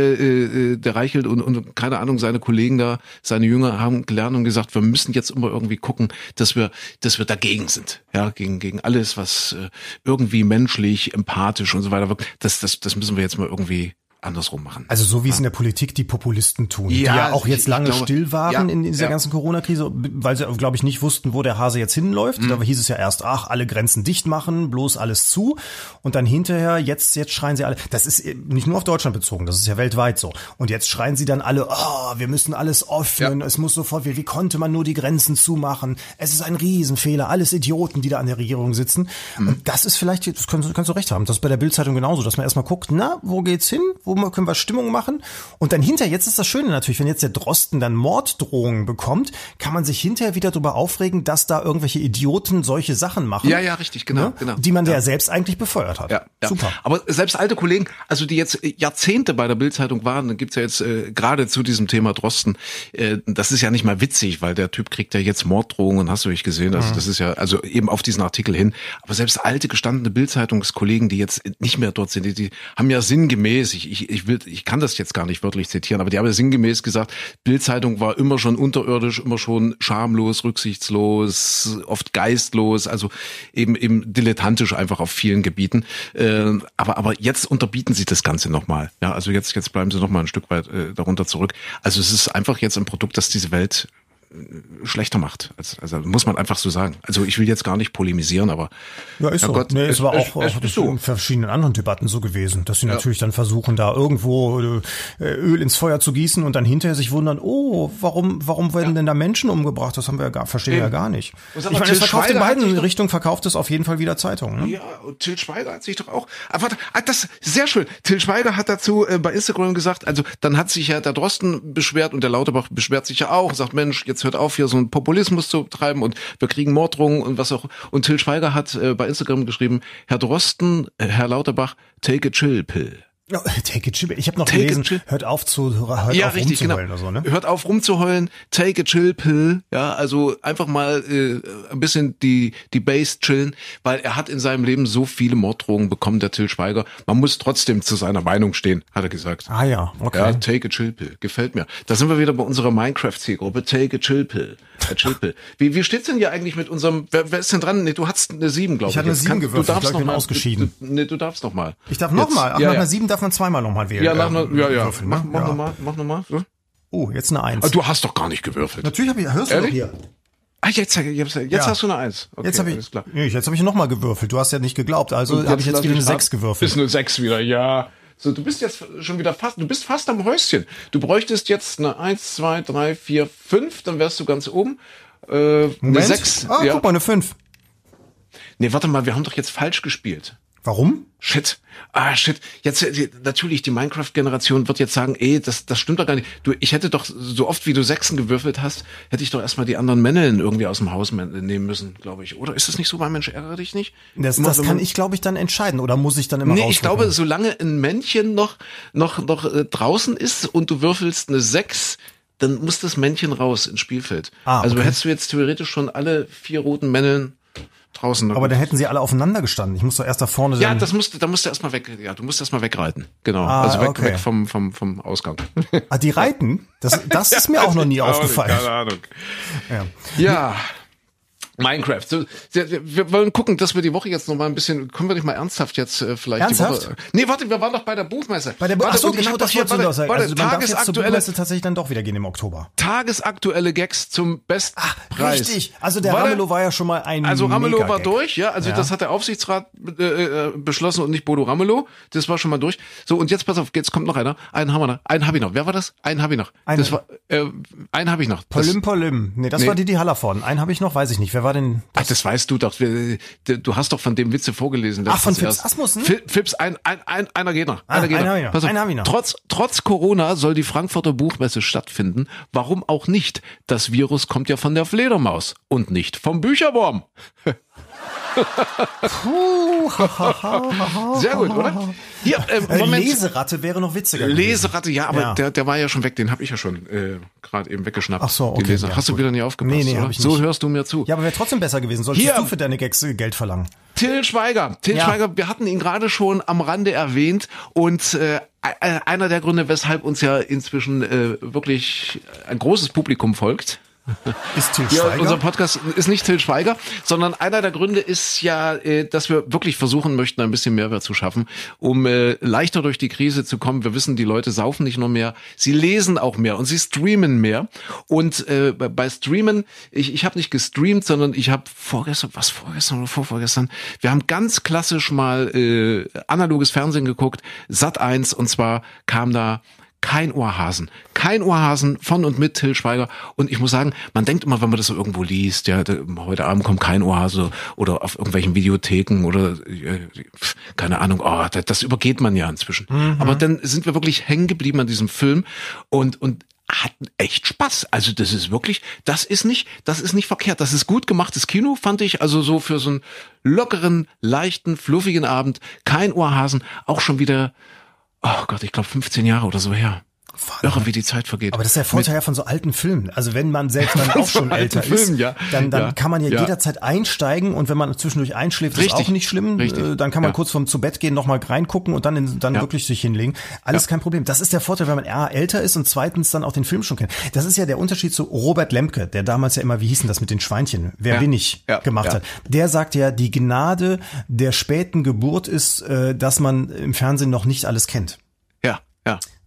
der Reichelt und keine Ahnung, seine Kollegen da, seine Jünger haben gelernt und gesagt, wir müssen jetzt immer irgendwie gucken, dass wir dagegen sind. Ja, gegen alles, was irgendwie menschlich, empathisch und so weiter wirkt. Das müssen wir jetzt mal irgendwie andersrum machen. Also so wie es in der Politik die Populisten tun, die ja auch jetzt lange still waren in dieser ganzen Corona-Krise, weil sie, glaube ich, nicht wussten, wo der Hase jetzt hinläuft. Da hieß es ja erst, alle Grenzen dicht machen, bloß alles zu. Und dann hinterher, jetzt schreien sie alle, das ist nicht nur auf Deutschland bezogen, das ist ja weltweit so. Und jetzt schreien sie dann alle, wir müssen alles öffnen, es muss sofort, wie konnte man nur die Grenzen zumachen? Es ist ein Riesenfehler, alles Idioten, die da an der Regierung sitzen. Und das ist vielleicht, das kannst du recht haben, das ist bei der Bild-Zeitung genauso, dass man erstmal guckt, wo geht's hin? Wo können wir Stimmung machen? Und dann hinterher, jetzt ist das Schöne natürlich, wenn jetzt der Drosten dann Morddrohungen bekommt, kann man sich hinterher wieder darüber aufregen, dass da irgendwelche Idioten solche Sachen machen. Ja, richtig, genau. Die man ja selbst eigentlich befeuert hat. Ja. Super. Aber selbst alte Kollegen, also die jetzt Jahrzehnte bei der Bild-Zeitung waren, dann gibt's ja jetzt gerade zu diesem Thema Drosten, das ist ja nicht mal witzig, weil der Typ kriegt ja jetzt Morddrohungen, hast du nicht gesehen, also das ist ja, also eben auf diesen Artikel hin, aber selbst alte gestandene Bild-Zeitungskollegen, die jetzt nicht mehr dort sind, die haben ja sinngemäß, ich kann das jetzt gar nicht wörtlich zitieren, aber die haben ja sinngemäß gesagt, Bild-Zeitung war immer schon unterirdisch, immer schon schamlos, rücksichtslos, oft geistlos, also eben dilettantisch einfach auf vielen Gebieten. Aber jetzt unterbieten sie das Ganze nochmal. Ja, also jetzt bleiben sie nochmal ein Stück weit darunter zurück. Also es ist einfach jetzt ein Produkt, das diese Welt schlechter macht. Also muss man einfach so sagen. Also ich will jetzt gar nicht polemisieren, aber ja, ist so. Gott, es war auch in verschiedenen anderen Debatten so gewesen, dass sie natürlich dann versuchen, da irgendwo Öl ins Feuer zu gießen und dann hinterher sich wundern, warum werden denn da Menschen umgebracht? Das haben wir verstehen wir ja gar nicht. Ich meine, es verkauft in beiden Richtungen, verkauft es auf jeden Fall wieder Zeitung. Ne? Ja, und Til Schweiger hat sich doch auch, warte, das sehr schön. Til Schweiger hat dazu bei Instagram gesagt, also dann hat sich ja der Drosten beschwert und der Lauterbach beschwert sich ja auch und sagt, Mensch, jetzt hört auf, hier so einen Populismus zu treiben und wir kriegen Morddrohungen und was auch. Und Til Schweiger hat bei Instagram geschrieben, Herr Drosten, Herr Lauterbach, take a chill pill. Ja, take a chill. Ich habe noch gelesen, hört auf richtig, rumzuheulen oder so, ne? Hört auf rumzuheulen, take a chill pill. Ja, also einfach mal ein bisschen die Base chillen, weil er hat in seinem Leben so viele Morddrohungen bekommen, der Til Schweiger. Man muss trotzdem zu seiner Meinung stehen, hat er gesagt. Ah ja, okay. Ja, take a chill pill. Gefällt mir. Da sind wir wieder bei unserer Minecraft-Zielgruppe. Take a chill pill. Wie steht's denn hier eigentlich mit unserem, wer ist denn dran? Nee, du hattest eine 7, glaube ich. Ich hatte eine 7 gewürfelt, du darfst ich bin ausgeschieden. Du darfst noch mal. Ich darf noch mal. Ach, nach einer 7 darf man zweimal noch mal wählen. Ja, mach noch mal. Oh, jetzt eine 1. Du hast doch gar nicht gewürfelt. Natürlich hörst du doch hier. Jetzt hast du eine 1. Okay, jetzt habe ich noch mal gewürfelt. Du hast ja nicht geglaubt, also habe ich jetzt wieder eine 6 gewürfelt. Ist eine 6 wieder, ja. So, du bist jetzt schon wieder fast am Häuschen. Du bräuchtest jetzt eine 1, 2, 3, 4, 5, dann wärst du ganz oben. Eine 6. Guck mal, eine 5. Nee, warte mal, wir haben doch jetzt falsch gespielt. Warum? Shit. Jetzt, natürlich, die Minecraft-Generation wird jetzt sagen, das stimmt doch gar nicht. Ich hätte doch, so oft wie du 6 gewürfelt hast, hätte ich doch erstmal die anderen Männchen irgendwie aus dem Haus nehmen müssen, glaube ich. Oder ist das nicht so, weil Mensch, ärgere dich nicht? Das kann ich, glaube ich, dann entscheiden. Oder muss ich dann immer rausrücken? Ich glaube, solange ein Männchen noch draußen ist und du würfelst eine 6, dann muss das Männchen raus ins Spielfeld. Also hättest du jetzt theoretisch schon alle 4 roten Männchen draußen. Aber dann hätten sie alle aufeinander gestanden. Ich muss doch erst da vorne sein. Ja, da musst du erstmal weg. Ja, du musst erstmal wegreiten. Genau. Also weg vom Ausgang. Die reiten? Das ist mir auch noch nie aufgefallen. Keine Ahnung. Ja. Minecraft. So, wir wollen gucken, dass wir die Woche jetzt noch mal ein bisschen, können wir nicht mal ernsthaft jetzt vielleicht ernsthaft? Die Woche. Nee, warte, wir waren doch bei der Buchmesse. Achso, genau, das wolltest du doch sagen. Also man darf jetzt zur tagesaktuelle Buchmesse tatsächlich dann doch wieder gehen im Oktober. Tagesaktuelle Gags zum Bestpreis. Richtig. Also der Ramelow war ja schon mal ein Ramelow war durch, ja. Also das hat der Aufsichtsrat beschlossen und nicht Bodo Ramelow. Das war schon mal durch. So, und jetzt pass auf, jetzt kommt noch einer. Einen haben wir noch. Einen habe ich noch. Wer war das? Einen habe ich noch. Einen habe ich noch. Polim. Nee, das war Didi Hallervorden. Einen habe ich noch, weiß ich nicht. Wer war denn? Ach, das weißt du doch. Du hast doch von dem Witze vorgelesen. Ach, von Fips Asmussen? Fips, einer geht noch. Einer geht noch. Pass auf. Einen hab ich noch. Trotz Corona soll die Frankfurter Buchmesse stattfinden. Warum auch nicht? Das Virus kommt ja von der Fledermaus und nicht vom Bücherwurm. Sehr gut, oder? Hier, Moment. Leseratte wäre noch witziger. Leseratte, ja, aber der war ja schon weg, den habe ich ja schon gerade eben weggeschnappt. Ach so, okay. Ja, hast du wieder nicht aufgepasst? Nee, oder? hab ich nicht. So hörst du mir zu. Ja, aber wäre trotzdem besser gewesen. Solltest du für deine Gags Geld verlangen? Til Schweiger, wir hatten ihn gerade schon am Rande erwähnt und einer der Gründe, weshalb uns ja inzwischen wirklich ein großes Publikum folgt. Ist Til Schweiger? Ja, unser Podcast ist nicht Til Schweiger, sondern einer der Gründe ist ja, dass wir wirklich versuchen möchten, ein bisschen Mehrwert zu schaffen, um leichter durch die Krise zu kommen. Wir wissen, die Leute saufen nicht nur mehr, sie lesen auch mehr und sie streamen mehr. Und bei Streamen, ich habe nicht gestreamt, sondern ich habe vorgestern oder vorvorgestern, wir haben ganz klassisch mal analoges Fernsehen geguckt, Sat.1, und zwar kam da Kein Ohrhasen von und mit Til Schweiger. Und ich muss sagen, man denkt immer, wenn man das so irgendwo liest, ja, heute Abend kommt Kein Ohrhase oder auf irgendwelchen Videotheken oder keine Ahnung, das übergeht man ja inzwischen. Mhm. Aber dann sind wir wirklich hängen geblieben an diesem Film und hatten echt Spaß. Also das ist nicht verkehrt. Das ist gut gemachtes Kino, fand ich. Also so für so einen lockeren, leichten, fluffigen Abend. Kein Ohrhasen, auch schon wieder, oh Gott, ich glaube 15 Jahre oder so her. Irre, wie die Zeit vergeht. Aber das ist der Vorteil ja von so alten Filmen. Also wenn man selbst dann auch schon älter ist, dann kann man ja jederzeit einsteigen, und wenn man zwischendurch einschläft, ist auch nicht schlimm. Dann kann man kurz vorm zu Bett gehen nochmal reingucken und dann wirklich sich hinlegen. Alles kein Problem. Das ist der Vorteil, wenn man älter ist und zweitens dann auch den Film schon kennt. Das ist ja der Unterschied zu Robert Lemke, der damals ja immer, wie hieß denn das mit den Schweinchen? Wer bin ich? Gemacht hat. Der sagt ja, die Gnade der späten Geburt ist, dass man im Fernsehen noch nicht alles kennt. Ja.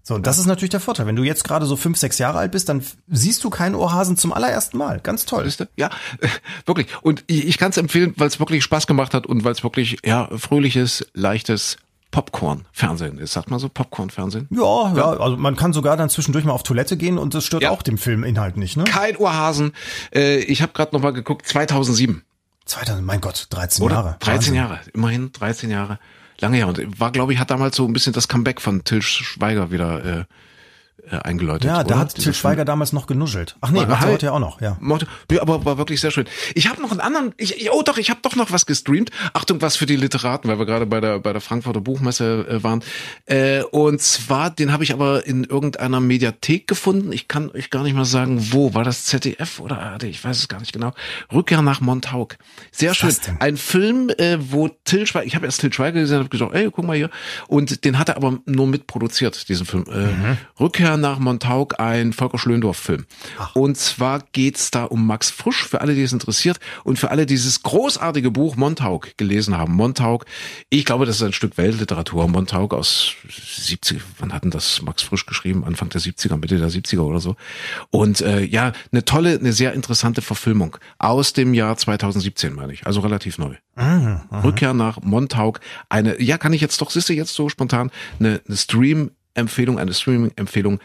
So, und das ist natürlich der Vorteil. Wenn du jetzt gerade so 5, 6 Jahre alt bist, dann siehst du keinen Ohrhasen zum allerersten Mal. Ganz toll. Ja, wirklich. Und ich kann es empfehlen, weil es wirklich Spaß gemacht hat und weil es wirklich fröhliches, leichtes Popcorn-Fernsehen ist. Sagt man so, Popcorn-Fernsehen? Ja, also man kann sogar dann zwischendurch mal auf Toilette gehen und das stört auch dem Filminhalt nicht, ne? Kein Ohrhasen. Ich habe gerade noch mal geguckt, 2007. Mein Gott, 13 Oder? Jahre. 13 Wahnsinn. Jahre, immerhin 13 Jahre. Lange her. Und war, glaube ich, hat damals so ein bisschen das Comeback von Til Schweiger wieder eingeläutet. Ja, da oder? hat Til Schweiger damals noch genuschelt. Ach nee, macht er heute ja auch noch, ja. Ja, aber war wirklich sehr schön. Ich habe noch einen anderen, ich habe doch noch was gestreamt. Achtung, was für die Literaten, weil wir gerade bei der Frankfurter Buchmesse waren. Und zwar, den habe ich aber in irgendeiner Mediathek gefunden. Ich kann euch gar nicht mal sagen, wo. War das ZDF oder ARD? Ich weiß es gar nicht genau. Rückkehr nach Montauk. Sehr schön. Ein Film, wo Til Schweiger, ich habe erst Til Schweiger gesehen und habe gesagt, ey, guck mal hier. Und den hat er aber nur mitproduziert, diesen Film. Rückkehr nach Montauk, ein Volker Schlöndorff-Film. Und zwar geht's da um Max Frisch, für alle, die es interessiert und für alle, die dieses großartige Buch Montauk gelesen haben. Montauk, ich glaube, das ist ein Stück Weltliteratur. Montauk aus 70, wann hat denn das Max Frisch geschrieben? Anfang der 70er, Mitte der 70er oder so. Und eine sehr interessante Verfilmung aus dem Jahr 2017, meine ich. Also relativ neu. Rückkehr nach Montauk. Kann ich jetzt doch, siehst du jetzt so spontan, eine Streaming-Empfehlung.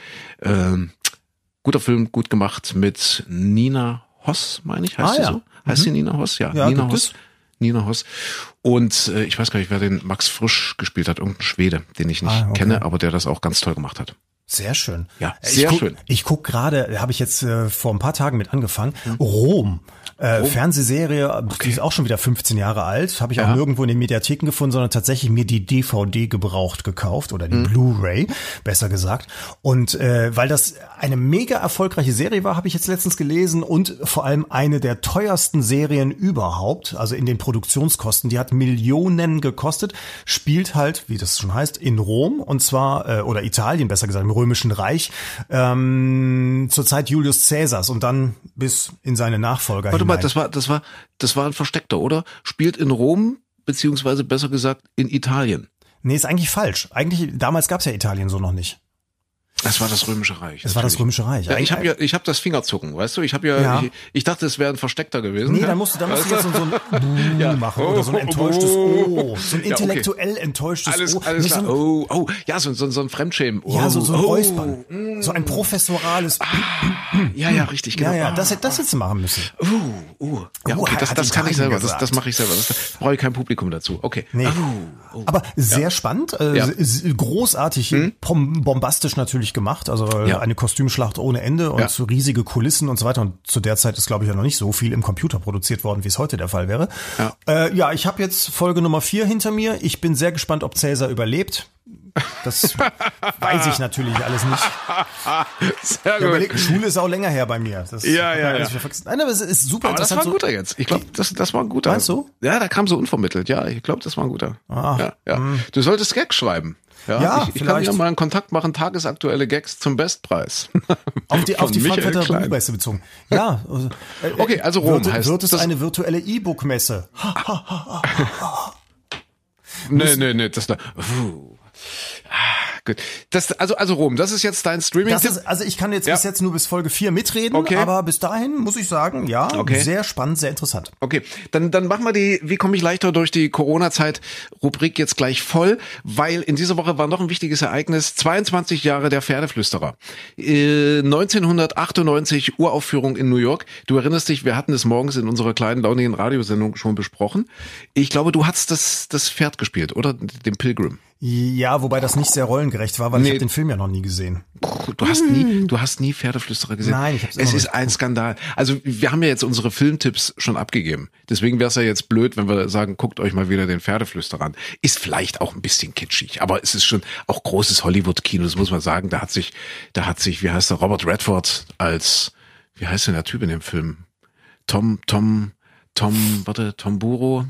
Guter Film, gut gemacht mit Nina Hoss, meine ich, heißt sie so? Heißt sie Nina Hoss? Ja, Nina Hoss. Nina Hoss. Und ich weiß gar nicht, wer den Max Frisch gespielt hat. Irgendein Schwede, den ich nicht kenne, aber der das auch ganz toll gemacht hat. Sehr schön. Ja, sehr schön. Ich guck gerade, habe ich jetzt vor ein paar Tagen mit angefangen, Rom. Fernsehserie, die ist auch schon wieder 15 Jahre alt, habe ich auch nirgendwo in den Mediatheken gefunden, sondern tatsächlich mir die DVD gebraucht gekauft oder die Blu-ray, besser gesagt. Und weil das eine mega erfolgreiche Serie war, habe ich jetzt letztens gelesen und vor allem eine der teuersten Serien überhaupt, also in den Produktionskosten, die hat Millionen gekostet, spielt halt, wie das schon heißt, in Rom und zwar, oder Italien besser gesagt, im Römischen Reich, zur Zeit Julius Caesars und dann bis in seine Nachfolger. Warte mal, das war ein Versteckter, oder? Spielt in Rom, beziehungsweise besser gesagt in Italien. Nee, ist eigentlich falsch. Damals gab's ja Italien so noch nicht. Das war das Römische Reich. Das war das Römische Reich. Ja, ich habe das Fingerzucken, weißt du? Ich dachte, es wäre ein Versteckter gewesen. Nee, da musst du jetzt so ein machen oder so ein enttäuschtes O. So ein intellektuell enttäuschtes O. Alles klar. So ein Fremdschämen. Ja, so ein Räuspern. So ein professorales. Richtig, genau. Ja, das hättest du machen müssen. Das kann ich selber. Das mache ich selber. Das brauche ich kein Publikum dazu. Okay. Nee. Aber sehr spannend, großartig, bombastisch natürlich gemacht, also eine Kostümschlacht ohne Ende und so riesige Kulissen und so weiter. Und zu der Zeit ist, glaube ich, ja noch nicht so viel im Computer produziert worden, wie es heute der Fall wäre. Ja, ich habe jetzt Folge Nummer 4 hinter mir. Ich bin sehr gespannt, ob Cäsar überlebt. Das weiß ich natürlich alles nicht. Sehr gut. Überlegt, Schule ist auch länger her bei mir. Nein, aber es ist super aber interessant. Das war ein guter jetzt. Ich glaube, das war ein guter. Meinst du? Ja, da kam so unvermittelt. Ja, ich glaube, das war ein guter. Du solltest Gags schreiben. Ich kann ja mal einen Kontakt machen, tagesaktuelle Gags zum Bestpreis. Auf die Frankfurter Buchmesse bezogen. Ja. Okay, also Rom wird es eine virtuelle E-Book-Messe? Nee, das da. Gut. Also Rom, das ist jetzt dein Streaming. Ich kann jetzt bis jetzt nur bis Folge 4 mitreden, aber bis dahin muss ich sagen, sehr spannend, sehr interessant. Okay, dann machen wir die Wie komme ich leichter durch die Corona-Zeit Rubrik jetzt gleich voll, weil in dieser Woche war noch ein wichtiges Ereignis, 22 Jahre der Pferdeflüsterer. 1998 Uraufführung in New York. Du erinnerst dich, wir hatten es morgens in unserer kleinen launigen Radiosendung schon besprochen. Ich glaube, du hast das Pferd gespielt, oder? Den Pilgrim. Ja, wobei das nicht sehr rollengerecht war, weil ich habe den Film ja noch nie gesehen. Du hast nie Pferdeflüsterer gesehen. Nein, ich hab's Es ist ein Skandal. Also wir haben ja jetzt unsere Filmtipps schon abgegeben. Deswegen wäre es ja jetzt blöd, wenn wir sagen, guckt euch mal wieder den Pferdeflüsterer an. Ist vielleicht auch ein bisschen kitschig, aber es ist schon auch großes Hollywood-Kino, das muss man sagen. Da hat sich, wie heißt der, Robert Redford wie heißt denn der Typ in dem Film? Tom Buro.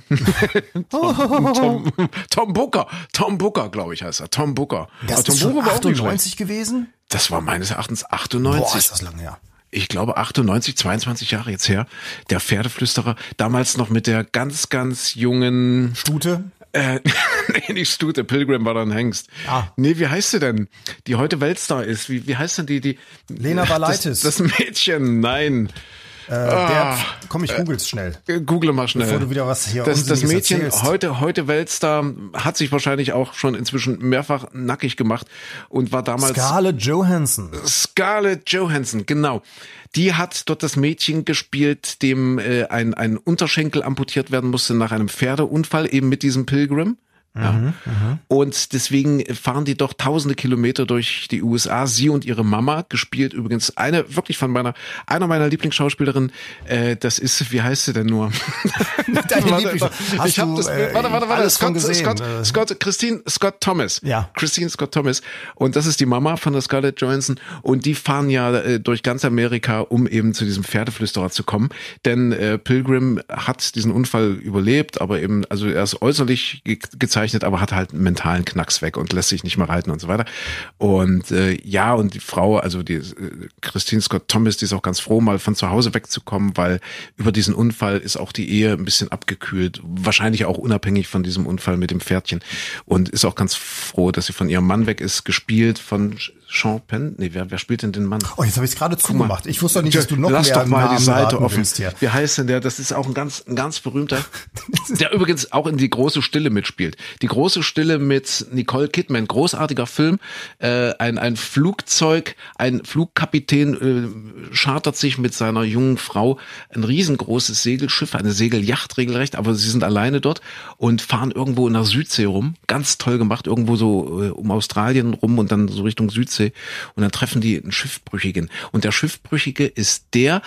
Tom Booker, glaube ich, heißt er. Tom Booker. Das ist schon 98 gewesen? Das war meines Erachtens 98. Boah, ist das lange her. Ich glaube 98, 22 Jahre jetzt her. Der Pferdeflüsterer, damals noch mit der ganz, ganz jungen Stute. Nee, nicht Stute, Pilgrim war dann Hengst. Nee, wie heißt sie denn? Die heute Weltstar ist. Wie heißt denn die? Lena Valaitis. Das Mädchen, nein. Komm, ich google's schnell. Google mal schnell. Bevor du wieder was hier Das Mädchen, erzählst. heute Weltstar, hat sich wahrscheinlich auch schon inzwischen mehrfach nackig gemacht und war damals... Scarlett Johansson, genau. Die hat dort das Mädchen gespielt, dem ein Unterschenkel amputiert werden musste nach einem Pferdeunfall, eben mit diesem Pilgrim. Ja. Und deswegen fahren die doch tausende Kilometer durch die USA. Sie und ihre Mama, gespielt übrigens einer meiner Lieblingsschauspielerinnen, das ist, wie heißt sie denn nur? Deine Lieblingsschauspielerin. Ich habe das Bild, warte, Christine Scott Thomas. Ja. Christine Scott Thomas. Und das ist die Mama von der Scarlett Johansson. Und die fahren ja durch ganz Amerika, um eben zu diesem Pferdeflüsterer zu kommen. Denn Pilgrim hat diesen Unfall überlebt, aber eben, also er ist äußerlich gezeichnet, aber hat halt einen mentalen Knacks weg und lässt sich nicht mehr reiten und so weiter. Und und die Frau, also die Christine Scott Thomas, die ist auch ganz froh, mal von zu Hause wegzukommen, weil über diesen Unfall ist auch die Ehe ein bisschen abgekühlt, wahrscheinlich auch unabhängig von diesem Unfall mit dem Pferdchen, und ist auch ganz froh, dass sie von ihrem Mann weg ist, gespielt von Sean Penn. Nee, wer spielt denn den Mann? Oh, jetzt habe ich es gerade zugemacht. Ich wusste doch nicht, dass du noch Lass mehr doch mal Namen die Seite raten offen. willst hier. Wie heißt denn der? Das ist auch ein ganz berühmter, der übrigens auch in Die große Stille mitspielt. Die große Stille mit Nicole Kidman, großartiger Film. Ein Flugkapitän chartert sich mit seiner jungen Frau ein riesengroßes Segelschiff, eine Segelyacht regelrecht, aber sie sind alleine dort und fahren irgendwo in der Südsee rum. Ganz toll gemacht, irgendwo so um Australien rum und dann so Richtung Südsee. Und dann treffen die einen Schiffbrüchigen. Und der Schiffbrüchige ist der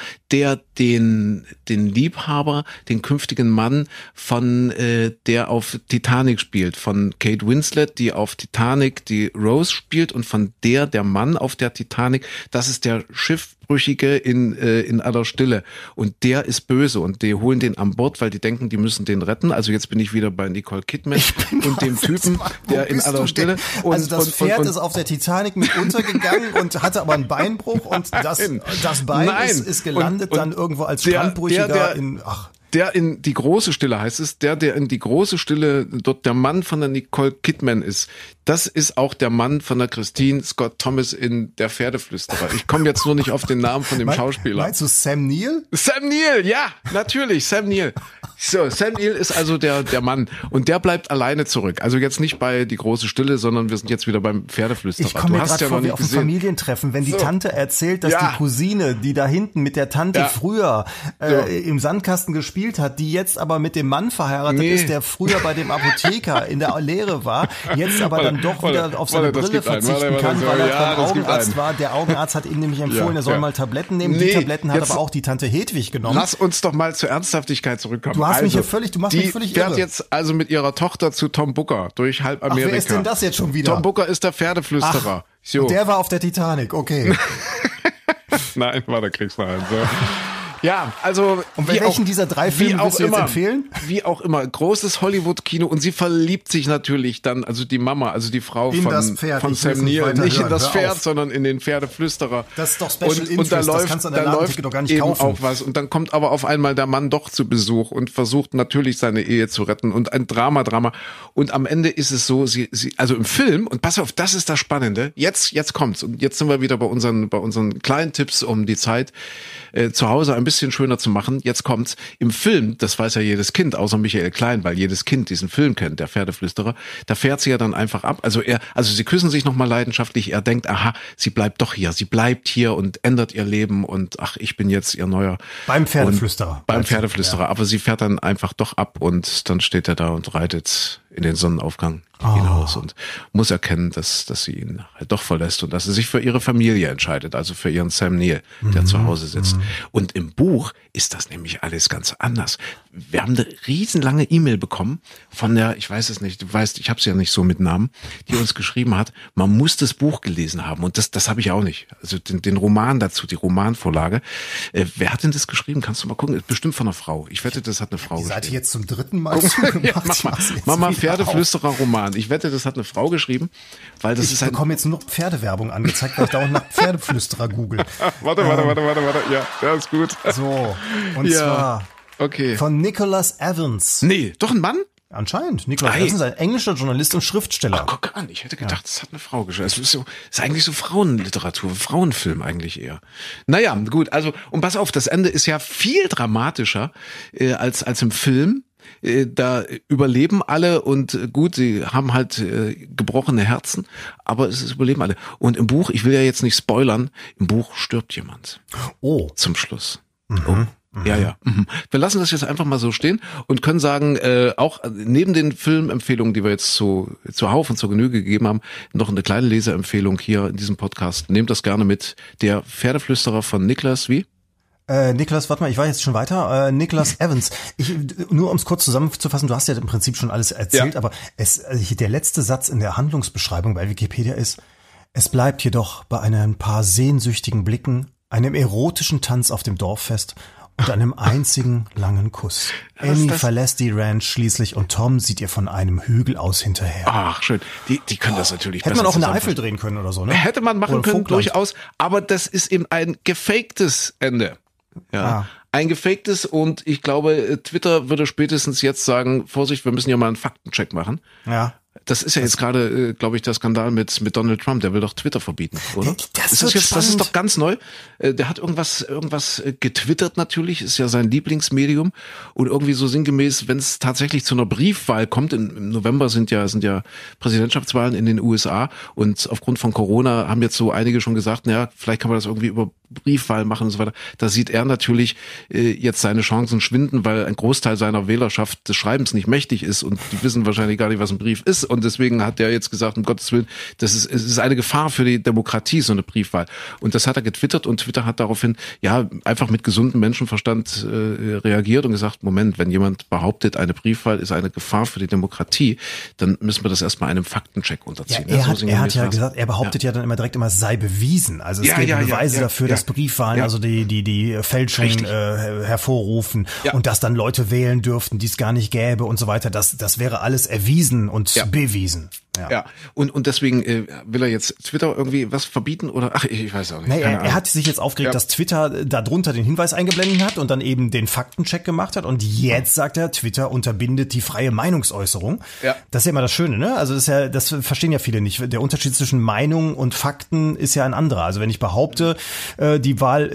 den Liebhaber, den künftigen Mann von der auf Titanic spielt, von Kate Winslet, die auf Titanic die Rose spielt, und von der Mann auf der Titanic, das ist der Schiffbrüchige in aller Stille. Und der ist böse und die holen den an Bord, weil die denken, die müssen den retten. Also jetzt bin ich wieder bei Nicole Kidman und dem Typen, der in aller Stille... Also das Pferd ist auf der Titanic mit untergegangen und hatte aber einen Beinbruch, und das Bein ist gelandet und dann irgendwo als Strandbrüchiger Der in Die große Stille heißt es, der in Die große Stille dort der Mann von der Nicole Kidman ist. Das ist auch der Mann von der Christine Scott Thomas in Der Pferdeflüsterer. Ich komme jetzt nur nicht auf den Namen von dem Schauspieler. Meinst du Sam Neill? Sam Neill, ja, natürlich, Sam Neill. So, Sam Neill ist also der Mann, und der bleibt alleine zurück. Also jetzt nicht bei Die große Stille, sondern wir sind jetzt wieder beim Pferdeflüsterer. Ich komme mir gerade vor wie auf einem Familientreffen, wenn die Tante erzählt, dass die Cousine, die da hinten mit der Tante früher im Sandkasten gespielt hat, die jetzt aber mit dem Mann verheiratet ist, der früher bei dem Apotheker in der Lehre war, jetzt aber dann doch wieder auf seine Brille verzichten kann, weil er beim Augenarzt war. Der Augenarzt hat ihm nämlich empfohlen, er soll mal Tabletten nehmen. Die Tabletten hat aber auch die Tante Hedwig genommen. Lass uns doch mal zur Ernsthaftigkeit zurückkommen. Du machst mich völlig Die fährt jetzt also mit ihrer Tochter zu Tom Booker durch halb Amerika. Wer ist denn das jetzt schon wieder? Tom Booker ist der Pferdeflüsterer. So. Der war auf der Titanic, okay. Nein, da kriegst du einen. So. Ja, also... Und welchen dieser drei Filme willst du jetzt empfehlen? Wie auch immer, großes Hollywood-Kino, und sie verliebt sich natürlich dann, also die Mama, also die Frau von Sam Neill, nicht in das Pferd, sondern in den Pferdeflüsterer. Das ist doch Special Interest, und da das kannst du an der Ladentheke doch gar nicht kaufen. Auch was. Und dann kommt aber auf einmal der Mann doch zu Besuch und versucht natürlich seine Ehe zu retten, und ein Drama. Und am Ende ist es so, sie also im Film, und pass auf, das ist das Spannende, jetzt kommt's, und jetzt sind wir wieder bei unseren kleinen Tipps, um die Zeit zu Hause ein bisschen schöner zu machen. Jetzt kommt's. Im Film, das weiß ja jedes Kind, außer Michael Klein, weil jedes Kind diesen Film kennt, der Pferdeflüsterer, da fährt sie ja dann einfach ab. Also sie küssen sich nochmal leidenschaftlich. Er denkt, aha, sie bleibt doch hier. Sie bleibt hier und ändert ihr Leben, und ach, ich bin jetzt ihr neuer. Beim Pferdeflüsterer. Beim Pferdeflüsterer. Ja. Aber sie fährt dann einfach doch ab, und dann steht er da und reitet in den Sonnenaufgang hinaus und muss erkennen, dass sie ihn halt doch verlässt und dass sie sich für ihre Familie entscheidet, also für ihren Sam Neill, der zu Hause sitzt. Und im Buch ist das nämlich alles ganz anders. Wir haben eine riesenlange E-Mail bekommen von der, ich weiß es nicht, du weißt, ich habe sie ja nicht so mit Namen, die uns geschrieben hat, man muss das Buch gelesen haben, und das habe ich auch nicht. Also den Roman dazu, die Romanvorlage. Wer hat denn das geschrieben? Kannst du mal gucken? Bestimmt von einer Frau. Ich wette, das hat eine Frau geschrieben. Seid ihr jetzt zum 3. Mal zugemacht? Ja, mach mal Pferdeflüsterer Roman. Ich wette, das hat eine Frau geschrieben, weil das ist Ich bekomme jetzt nur noch Pferdewerbung angezeigt, weil ich da auch nach Pferdeflüsterer google. Warte. Ja, der ist gut. So, und zwar von Nicholas Evans. Nee, doch ein Mann? Anscheinend. Nicholas Evans ist ein englischer Journalist und Schriftsteller. Ach, guck an, ich hätte gedacht, das hat eine Frau geschrieben. Es ist eigentlich so Frauenliteratur, Frauenfilm eigentlich eher. Naja, gut, also, und pass auf, das Ende ist ja viel dramatischer als im Film. Da überleben alle und gut, sie haben halt gebrochene Herzen, aber es überleben alle. Und im Buch, ich will ja jetzt nicht spoilern, im Buch stirbt jemand. Oh. Zum Schluss. Oh. Ja. Wir lassen das jetzt einfach mal so stehen und können sagen, auch neben den Filmempfehlungen, die wir jetzt zuhauf und zur Genüge gegeben haben, noch eine kleine Leseempfehlung hier in diesem Podcast. Nehmt das gerne mit. Der Pferdeflüsterer von Niklas, wie? Niklas, warte mal, ich war jetzt schon weiter. Niklas Evans. Nur um es kurz zusammenzufassen, du hast ja im Prinzip schon alles erzählt, aber der letzte Satz in der Handlungsbeschreibung bei Wikipedia ist: Es bleibt jedoch bei ein paar sehnsüchtigen Blicken, einem erotischen Tanz auf dem Dorffest und einem einzigen langen Kuss. Annie verlässt die Ranch schließlich und Tom sieht ihr von einem Hügel aus hinterher. Ach, schön. Die können das natürlich Hätte man auch in der Eifel drehen können oder so, ne? Hätte man machen können, durchaus. Aber das ist eben ein gefaktes Ende. Ja. Ein gefaktes, und ich glaube, Twitter würde spätestens jetzt sagen, Vorsicht, wir müssen ja mal einen Faktencheck machen. Ja. Das ist ja jetzt gerade, glaube ich, der Skandal mit Donald Trump. Der will doch Twitter verbieten, oder? Das ist doch ganz neu. Der hat irgendwas getwittert natürlich, ist ja sein Lieblingsmedium. Und irgendwie so sinngemäß, wenn es tatsächlich zu einer Briefwahl kommt, im November sind ja Präsidentschaftswahlen in den USA, und aufgrund von Corona haben jetzt so einige schon gesagt, naja, vielleicht kann man das irgendwie über Briefwahl machen und so weiter. Da sieht er natürlich jetzt seine Chancen schwinden, weil ein Großteil seiner Wählerschaft des Schreibens nicht mächtig ist und die wissen wahrscheinlich gar nicht, was ein Brief ist. Und deswegen hat er jetzt gesagt, um Gottes Willen, es ist eine Gefahr für die Demokratie, so eine Briefwahl. Und das hat er getwittert, und Twitter hat daraufhin einfach mit gesundem Menschenverstand reagiert und gesagt, Moment, wenn jemand behauptet, eine Briefwahl ist eine Gefahr für die Demokratie, dann müssen wir das erstmal einem Faktencheck unterziehen. Ja, er hat ja gesagt, er behauptet ja dann immer direkt, es sei bewiesen. Also es gibt Beweise dafür, dass Briefwahlen, also die Fälschung hervorrufen und dass dann Leute wählen dürften, die es gar nicht gäbe und so weiter. Das wäre alles erwiesen und bewiesen. Ja. Und deswegen will er jetzt Twitter irgendwie was verbieten oder? Ach, ich weiß auch nicht. Nee, er hat sich jetzt aufgeregt, dass Twitter darunter den Hinweis eingeblendet hat und dann eben den Faktencheck gemacht hat, und jetzt sagt er, Twitter unterbindet die freie Meinungsäußerung. Ja. Das ist ja immer das Schöne, ne? Also das verstehen ja viele nicht. Der Unterschied zwischen Meinung und Fakten ist ja ein anderer. Also wenn ich behaupte, die Wahl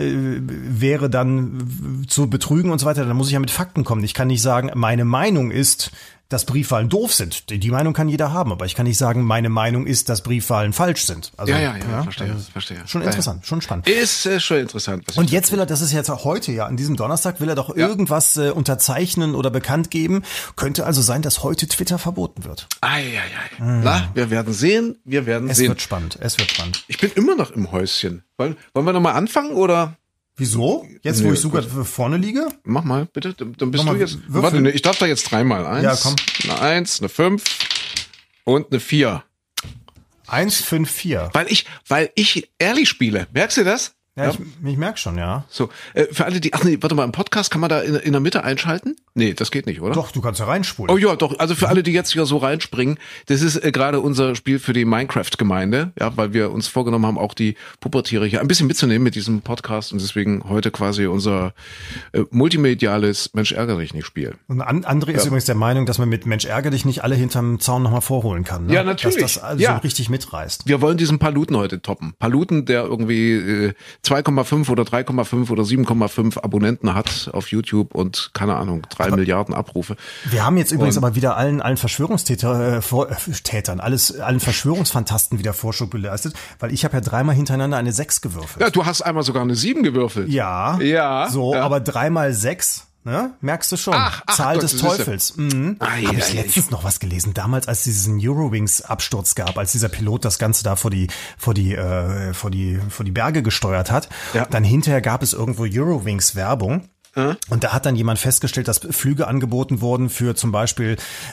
wäre dann zu betrügen und so weiter, dann muss ich ja mit Fakten kommen. Ich kann nicht sagen, meine Meinung ist, dass Briefwahlen doof sind. Die Meinung kann jeder haben, aber ich kann nicht sagen, meine Meinung ist, dass Briefwahlen falsch sind. Also, verstehe. Schon interessant, schon spannend. Ist schon interessant. Und jetzt will er, das ist jetzt heute, an diesem Donnerstag, will er doch irgendwas unterzeichnen oder bekannt geben. Könnte also sein, dass heute Twitter verboten wird. Na, wir werden sehen, Es wird spannend. Ich bin immer noch im Häuschen. Wollen wir nochmal anfangen, oder? Wieso? Jetzt, wo ich sogar vorne liege? Mach mal, bitte. Dann bist du jetzt. Warte, ich darf da jetzt dreimal. 1, ja, komm. Eine 1, eine 5 und eine 4. 1, 5, 4. Weil ich ehrlich spiele. Merkst du das? Ja, ich merke schon, ja. So, für alle, warte mal, im Podcast kann man da in der Mitte einschalten? Nee, das geht nicht, oder? Doch, du kannst ja reinspulen. Oh ja, doch, also für alle, die jetzt hier so reinspringen, das ist gerade unser Spiel für die Minecraft-Gemeinde, weil wir uns vorgenommen haben, auch die Pubertiere hier ein bisschen mitzunehmen mit diesem Podcast, und deswegen heute quasi unser multimediales Mensch ärgere dich nicht Spiel. Und André ist übrigens der Meinung, dass man mit Mensch ärgere dich nicht alle hinterm Zaun nochmal vorholen kann. Ne? Ja, natürlich. Dass das also so richtig mitreißt. Wir wollen diesen Paluten heute toppen. Paluten, der irgendwie 2,5 oder 3,5 oder 7,5 Abonnenten hat auf YouTube und keine Ahnung, 3 Milliarden Abrufe. Wir haben jetzt übrigens aber wieder allen Verschwörungstätern, allen Verschwörungsfantasten wieder Vorschub geleistet, weil ich habe ja dreimal hintereinander eine 6 gewürfelt. Ja, du hast einmal sogar eine 7 gewürfelt. Ja. So, aber 3 mal 6. Ne? Merkst du schon? Zahl Gott, des Teufels. Habe ich letztens noch was gelesen. Damals, als es diesen Eurowings-Absturz gab, als dieser Pilot das Ganze da vor die Berge gesteuert hat, dann hinterher gab es irgendwo Eurowings-Werbung. Und da hat dann jemand festgestellt, dass Flüge angeboten wurden für zum Beispiel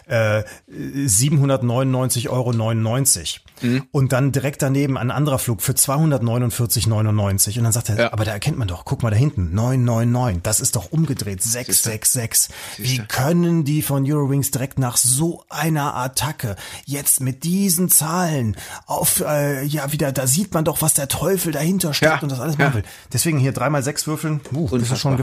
799,99 €. Und dann direkt daneben ein anderer Flug für 249,99. Und dann sagt er, aber da erkennt man doch, guck mal da hinten, 999. Das ist doch umgedreht, 666. Wie können die von Eurowings direkt nach so einer Attacke jetzt mit diesen Zahlen auf, wieder, da sieht man doch, was der Teufel dahinter steckt und das alles machen will. Deswegen hier 3 mal 6 würfeln, das ist schon gefährdet.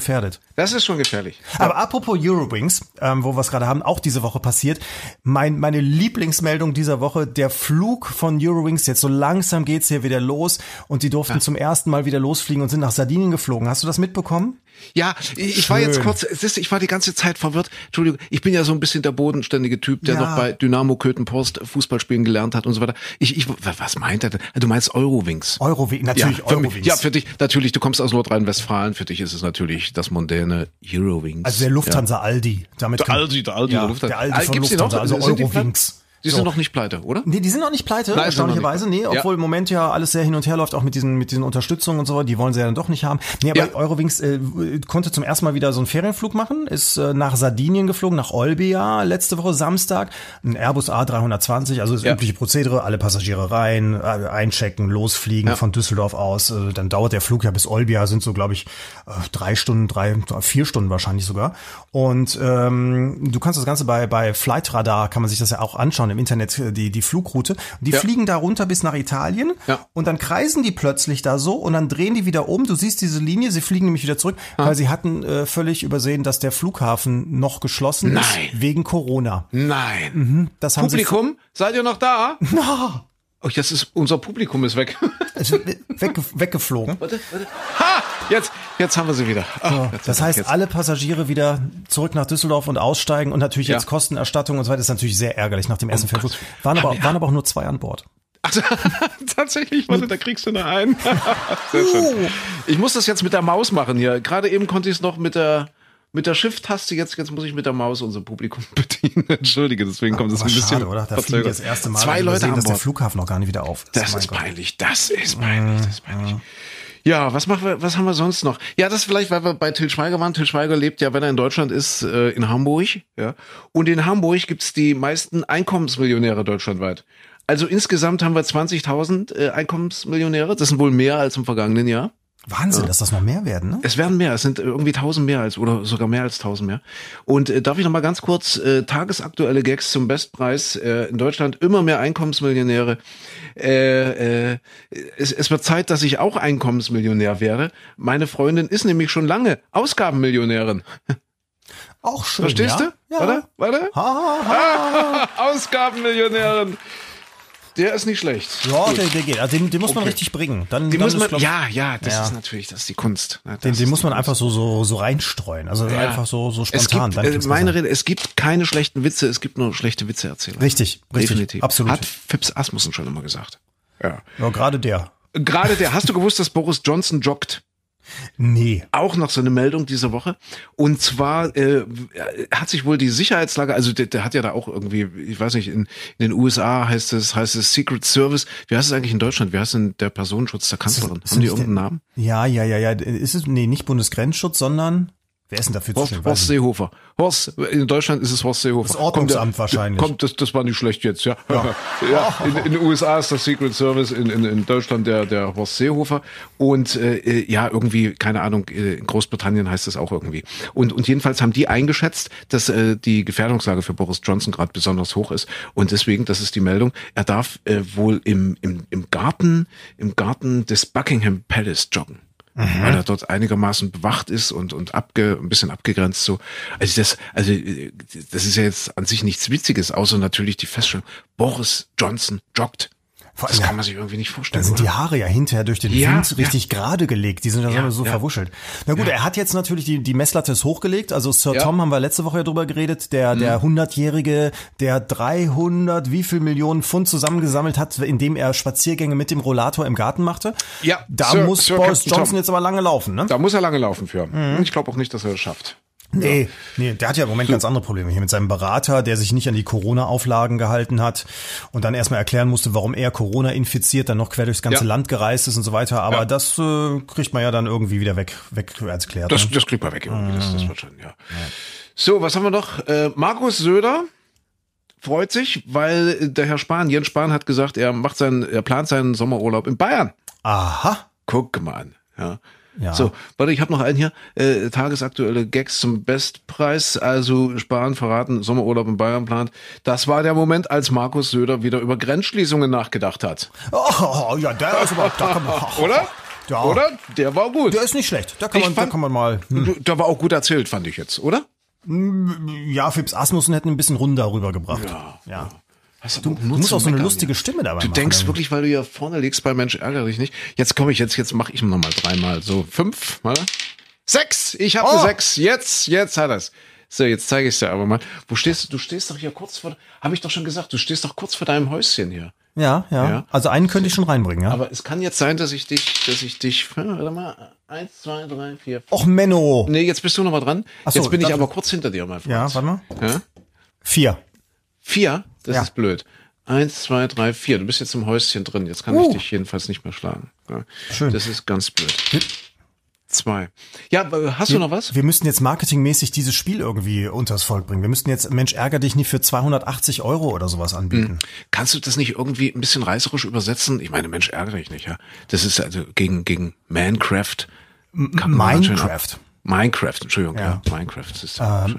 Das ist schon gefährlich. Aber apropos Eurowings, wo wir es gerade haben, auch diese Woche passiert, meine Lieblingsmeldung dieser Woche, der Flug von Eurowings, jetzt so langsam geht's hier wieder los und die durften zum ersten Mal wieder losfliegen und sind nach Sardinien geflogen. Hast du das mitbekommen? Ja, ich war jetzt kurz, ich war die ganze Zeit verwirrt. Entschuldigung, ich bin ja so ein bisschen der bodenständige Typ, der noch bei Dynamo Köthen-Porst Fußball spielen gelernt hat und so weiter. Was meint er denn? Du meinst Eurowings? Eurowings, natürlich ja, Eurowings. Ja, für dich, natürlich, du kommst aus Nordrhein-Westfalen, für dich ist es natürlich das mondäne Eurowings. Also der Lufthansa Aldi. Der Aldi der Lufthansa. Der Aldi von Gibt's Lufthansa, noch? also Eurowings. Die sind noch nicht pleite, oder? Nee, die sind noch nicht pleite, Nein, erstaunlicherweise. Nee, obwohl im Moment ja alles sehr hin und her läuft, auch mit diesen Unterstützungen und so, die wollen sie ja dann doch nicht haben. Nee, aber Eurowings konnte zum ersten Mal wieder so einen Ferienflug machen, ist nach Sardinien geflogen, nach Olbia, letzte Woche Samstag. Ein Airbus A320, also das übliche Prozedere, alle Passagiere rein, einchecken, losfliegen von Düsseldorf aus. Dann dauert der Flug ja bis Olbia, sind so, glaube ich, 4 Stunden wahrscheinlich sogar. Und du kannst das Ganze bei Flightradar, kann man sich das ja auch anschauen, im Internet die Flugroute. Die fliegen da runter bis nach Italien und dann kreisen die plötzlich da so und dann drehen die wieder um. Du siehst diese Linie, sie fliegen nämlich wieder zurück, weil sie hatten völlig übersehen, dass der Flughafen noch geschlossen ist wegen Corona. Nein. Das haben Publikum, seid ihr noch da? Na. Oh, unser Publikum ist weg. Weggeflogen. Warte. Ha! Jetzt haben wir sie wieder. So, das heißt, alle Passagiere wieder zurück nach Düsseldorf und aussteigen und natürlich jetzt Kostenerstattung und so weiter. Das ist natürlich sehr ärgerlich nach dem ersten Flug. Waren aber auch nur 2 an Bord. Ach, tatsächlich, warte, da kriegst du noch einen. Sehr schön. Ich muss das jetzt mit der Maus machen hier. Gerade eben konnte ich es noch mit der Shift-Taste, jetzt muss ich mit der Maus unser Publikum bedienen. Entschuldige, deswegen kommt es ein bisschen schade, oder? Da fliegen das erste Mal. 2 Leute an Bord. Dass der Flughafen noch gar nicht wieder auf ist. Das ist peinlich. Ja, was haben wir sonst noch? Ja, das vielleicht, weil wir bei Til Schweiger waren. Til Schweiger lebt ja, wenn er in Deutschland ist, in Hamburg. Ja. Und in Hamburg gibt's die meisten Einkommensmillionäre deutschlandweit. Also insgesamt haben wir 20.000 Einkommensmillionäre. Das sind wohl mehr als im vergangenen Jahr. Wahnsinn, dass das noch mehr werden, ne? Es werden mehr, es sind irgendwie 1000 mehr oder sogar mehr als 1000 mehr. Und darf ich noch mal ganz kurz tagesaktuelle Gags zum Bestpreis in Deutschland, immer mehr Einkommensmillionäre. Es wird Zeit, dass ich auch Einkommensmillionär werde. Meine Freundin ist nämlich schon lange Ausgabenmillionärin. Auch schön, verstehst du? Ja. Warte. Ausgabenmillionärin. Der ist nicht schlecht. Ja, der geht. Also den muss man richtig bringen. Das ist natürlich, das ist die Kunst. Den muss man einfach so reinstreuen. Also einfach so spontan. Es gibt keine schlechten Witze, es gibt nur schlechte Witzeerzähler. Richtig. Definitiv. Absolut. Hat Phipps Asmussen schon immer gesagt. Ja, gerade der. Hast du gewusst, dass Boris Johnson joggt? Nee. Auch noch so eine Meldung diese Woche. Und zwar hat sich wohl die Sicherheitslage, also der hat ja da auch irgendwie, ich weiß nicht, in den USA heißt es Secret Service. Wie heißt es eigentlich in Deutschland? Wie heißt denn der Personenschutz der Kanzlerin? Haben die irgendeinen Namen? Ja. Ist es, nicht Bundesgrenzschutz, sondern wer ist denn dafür zuständig? Horst Seehofer. In Deutschland ist es Horst Seehofer. Das Ordnungsamt wahrscheinlich. Das war nicht schlecht jetzt, ja. In den USA ist das Secret Service, in Deutschland der Horst Seehofer und irgendwie, keine Ahnung, in Großbritannien heißt es auch irgendwie. Und jedenfalls haben die eingeschätzt, dass die Gefährdungslage für Boris Johnson gerade besonders hoch ist und deswegen, das ist die Meldung, er darf wohl im Garten des Buckingham Palace joggen. Weil er dort einigermaßen bewacht ist und ein bisschen abgegrenzt so. Also das ist ja jetzt an sich nichts Witziges, außer natürlich die Feststellung, Boris Johnson joggt. Das kann man sich irgendwie nicht vorstellen. Da sind die Haare ja hinterher durch den Wind richtig gerade gelegt. Die sind ja so verwuschelt. Na gut, er hat jetzt natürlich die Messlatte ist hochgelegt. Also Sir Tom haben wir letzte Woche ja drüber geredet. Der 100-Jährige, der 300 wie viel Millionen Pfund zusammengesammelt hat, indem er Spaziergänge mit dem Rollator im Garten machte. Ja. Da muss Boris Johnson jetzt aber lange laufen, ne? Da muss er lange laufen für. Ich glaube auch nicht, dass er es schafft. Nee, der hat ja im Moment ganz andere Probleme hier mit seinem Berater, der sich nicht an die Corona-Auflagen gehalten hat und dann erstmal erklären musste, warum er Corona infiziert, dann noch quer durchs ganze Land gereist ist und so weiter. Aber das kriegt man ja dann irgendwie wieder weg erklärt. Das kriegt man weg irgendwie. Das wird schon, So, was haben wir noch? Markus Söder freut sich, weil der Herr Jens Spahn hat gesagt, er plant seinen Sommerurlaub in Bayern. Aha. Guck mal an, ja. So, warte, ich habe noch einen hier. Tagesaktuelle Gags zum Bestpreis. Also Spahn verraten, Sommerurlaub in Bayern plant. Das war der Moment, als Markus Söder wieder über Grenzschließungen nachgedacht hat. Oh, ja, der ist überhaupt da. Oder? Ja. Oder? Der war gut. Der ist nicht schlecht. Da kann man mal. Der war auch gut erzählt, fand ich jetzt, oder? Ja, Phipps Asmussen hätten ein bisschen runder rübergebracht. Ja. Du musst auch so eine lustige Stimme dabei machen. Du denkst wirklich, weil du hier vorne liegst bei Mensch ärgere dich nicht. Jetzt mache ich nochmal 3-mal. So 5, mal 6. Ich habe eine 6. Jetzt hat er's. So, jetzt zeige ich es dir aber mal. Wo stehst du? Du stehst doch hier kurz vor, habe ich doch schon gesagt, du stehst doch kurz vor deinem Häuschen hier. Ja. Also einen könnte ich schon reinbringen, ja. Aber es kann jetzt sein, dass ich dich, warte mal, 1, 2, 3, 4. Och, Menno. Nee, jetzt bist du noch mal dran. Ach so, jetzt bin ich aber kurz hinter dir, mein Freund. Ja, warte mal. Ja? 4. 4? Das ist blöd. 1, 2, 3, 4. Du bist jetzt im Häuschen drin. Jetzt kann ich dich jedenfalls nicht mehr schlagen. Ja. Schön. Das ist ganz blöd. 2. Ja, hast du noch was? Wir müssten jetzt marketingmäßig dieses Spiel irgendwie unters Volk bringen. Wir müssten jetzt Mensch ärger dich nicht für 280 € oder sowas anbieten. Kannst du das nicht irgendwie ein bisschen reißerisch übersetzen? Ich meine, Mensch ärgere dich nicht, ja. Das ist also gegen Minecraft. Minecraft, Entschuldigung, ja. Minecraft ist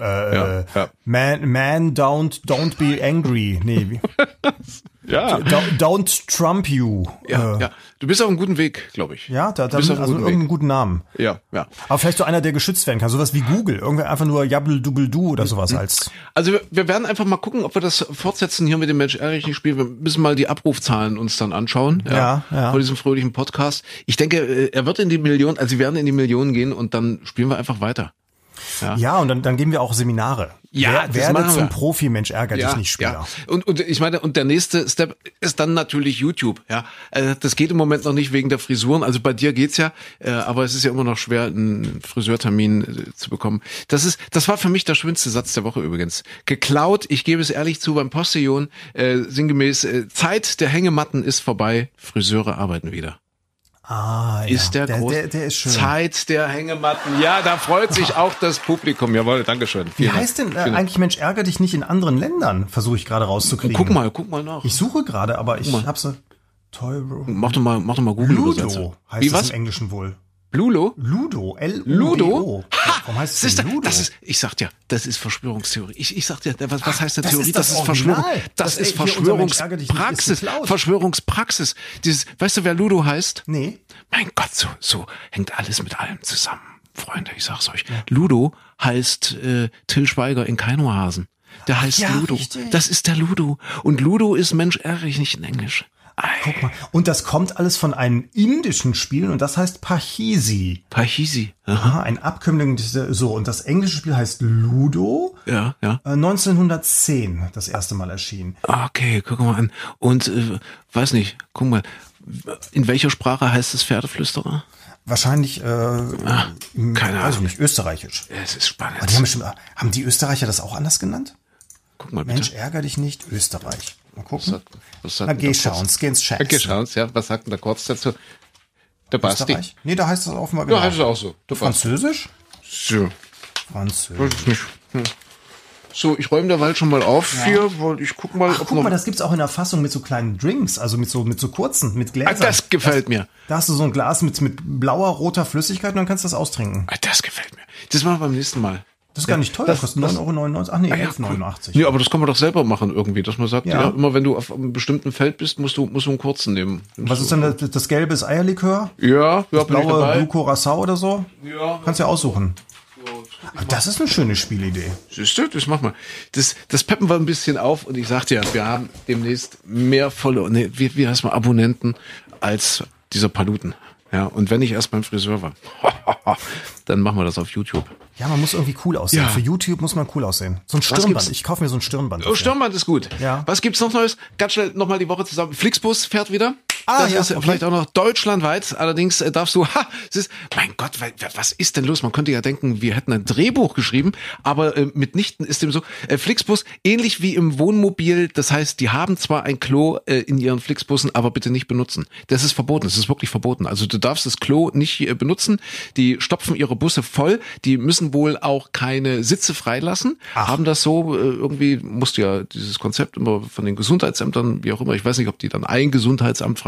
Man don't be angry. Nee. Ja. Don't Trump you. Ja. Du bist auf einem guten Weg, glaube ich. Ja, also irgendeinen guten Namen. Ja. Aber vielleicht so einer, der geschützt werden kann. Sowas wie Google. Irgendwie einfach nur Jabbel-Dubbel-Du oder sowas als. Also wir werden einfach mal gucken, ob wir das fortsetzen hier mit dem Mensch ärgere dich nicht Spiel. Wir müssen mal die Abrufzahlen uns dann anschauen. Ja. Vor diesem fröhlichen Podcast. Ich denke, er wird in die Millionen, also sie werden in die Millionen gehen und dann spielen wir einfach weiter. Ja, und dann geben wir auch Seminare. Werde zum Profi, Mensch ärgere dich nicht Spieler. Ja. Und ich meine, und der nächste Step ist dann natürlich YouTube. Ja, das geht im Moment noch nicht wegen der Frisuren. Also bei dir geht's ja, aber es ist ja immer noch schwer, einen Friseurtermin zu bekommen. Das war für mich der schönste Satz der Woche übrigens. Geklaut, ich gebe es ehrlich zu, beim Postillon, sinngemäß, Zeit der Hängematten ist vorbei, Friseure arbeiten wieder. Ist der ist schön. Zeit der Hängematten. Ja, da freut sich auch das Publikum. Jawohl, Dankeschön. Wie heißt denn eigentlich Mensch ärgere dich nicht in anderen Ländern? Versuche ich gerade rauszukriegen. Guck mal nach. Ich suche gerade, aber ich habe so Mach doch mal Google Ludo heißt es im Englischen wohl. Ludo? Ludo. Ludo? Warum heißt es denn Ludo? Ich sag dir, das ist Verschwörungstheorie. Ich sag dir, was heißt eine Theorie? Das ist Verschwörung. Das ist Verschwörungspraxis. Verschwörungspraxis. Weißt du, wer Ludo heißt? Nee. Mein Gott, so hängt alles mit allem zusammen. Freunde, ich sag's euch. Ja. Ludo heißt Till Schweiger in Keinohasen. Der heißt Ludo. Richtig. Das ist der Ludo. Und Ludo ist Mensch ärgere dich nicht in Englisch. Guck mal. Und das kommt alles von einem indischen Spiel und das heißt Pachisi. Aha. Ein Abkömmling. So, und das englische Spiel heißt Ludo. Ja. 1910 das erste Mal erschienen. Okay, guck mal an. Und, weiß nicht, guck mal. In welcher Sprache heißt es Pferdeflüsterer? Wahrscheinlich, keine Ahnung. Weiß ich nicht, österreichisch. Es ist spannend. Aber haben die Österreicher das auch anders genannt? Guck mal bitte. Mensch, ärger dich nicht, Österreich. Mal gucken. Was sagt geh schauen, ja. Was sagt denn der kurz dazu? Der Basti. Nee, da heißt es offenbar genau. Da heißt es auch so. Französisch? So. Französisch. So, ich räume derweil schon mal auf hier, weil ich guck mal. Guck mal, das gibt's auch in der Fassung mit so kleinen Drinks, also mit so kurzen, mit Gläsern. Das gefällt mir. Da hast du so ein Glas mit blauer, roter Flüssigkeit und dann kannst du das austrinken. Das gefällt mir. Das machen wir beim nächsten Mal. Das ist gar nicht teuer, das kostet 9,99 €. Ach nee, 11,89 €. Nee, aber das kann man doch selber machen irgendwie, dass man sagt, immer wenn du auf einem bestimmten Feld bist, musst du einen kurzen nehmen. Was ist denn das gelbe ist Eierlikör? Ja, das blaue Blue Curacao oder so? Ja. Kannst ja aussuchen. Das ist eine schöne Spielidee. Siehst du, das machen wir. Das peppen wir ein bisschen auf und ich sag dir, wir haben demnächst mehr wie heißt man, Abonnenten als dieser Paluten. Ja, und wenn ich erst beim Friseur war, dann machen wir das auf YouTube. Ja, man muss irgendwie cool aussehen. Ja. Für YouTube muss man cool aussehen. So ein Stirnband. Ich kaufe mir so ein Stirnband. Oh, Stirnband ist gut. Ja. Was gibt's noch Neues? Ganz schnell nochmal die Woche zusammen. Flixbus fährt wieder. Das ist vielleicht auch noch deutschlandweit. Allerdings darfst du, mein Gott, was ist denn los? Man könnte ja denken, wir hätten ein Drehbuch geschrieben, aber mitnichten ist dem so. Flixbus, ähnlich wie im Wohnmobil, das heißt, die haben zwar ein Klo in ihren Flixbussen, aber bitte nicht benutzen. Das ist verboten, das ist wirklich verboten. Also du darfst das Klo nicht benutzen. Die stopfen ihre Busse voll, die müssen wohl auch keine Sitze freilassen. Haben das so, irgendwie musst du ja dieses Konzept immer von den Gesundheitsämtern, wie auch immer, ich weiß nicht, ob die dann ein Gesundheitsamt fragen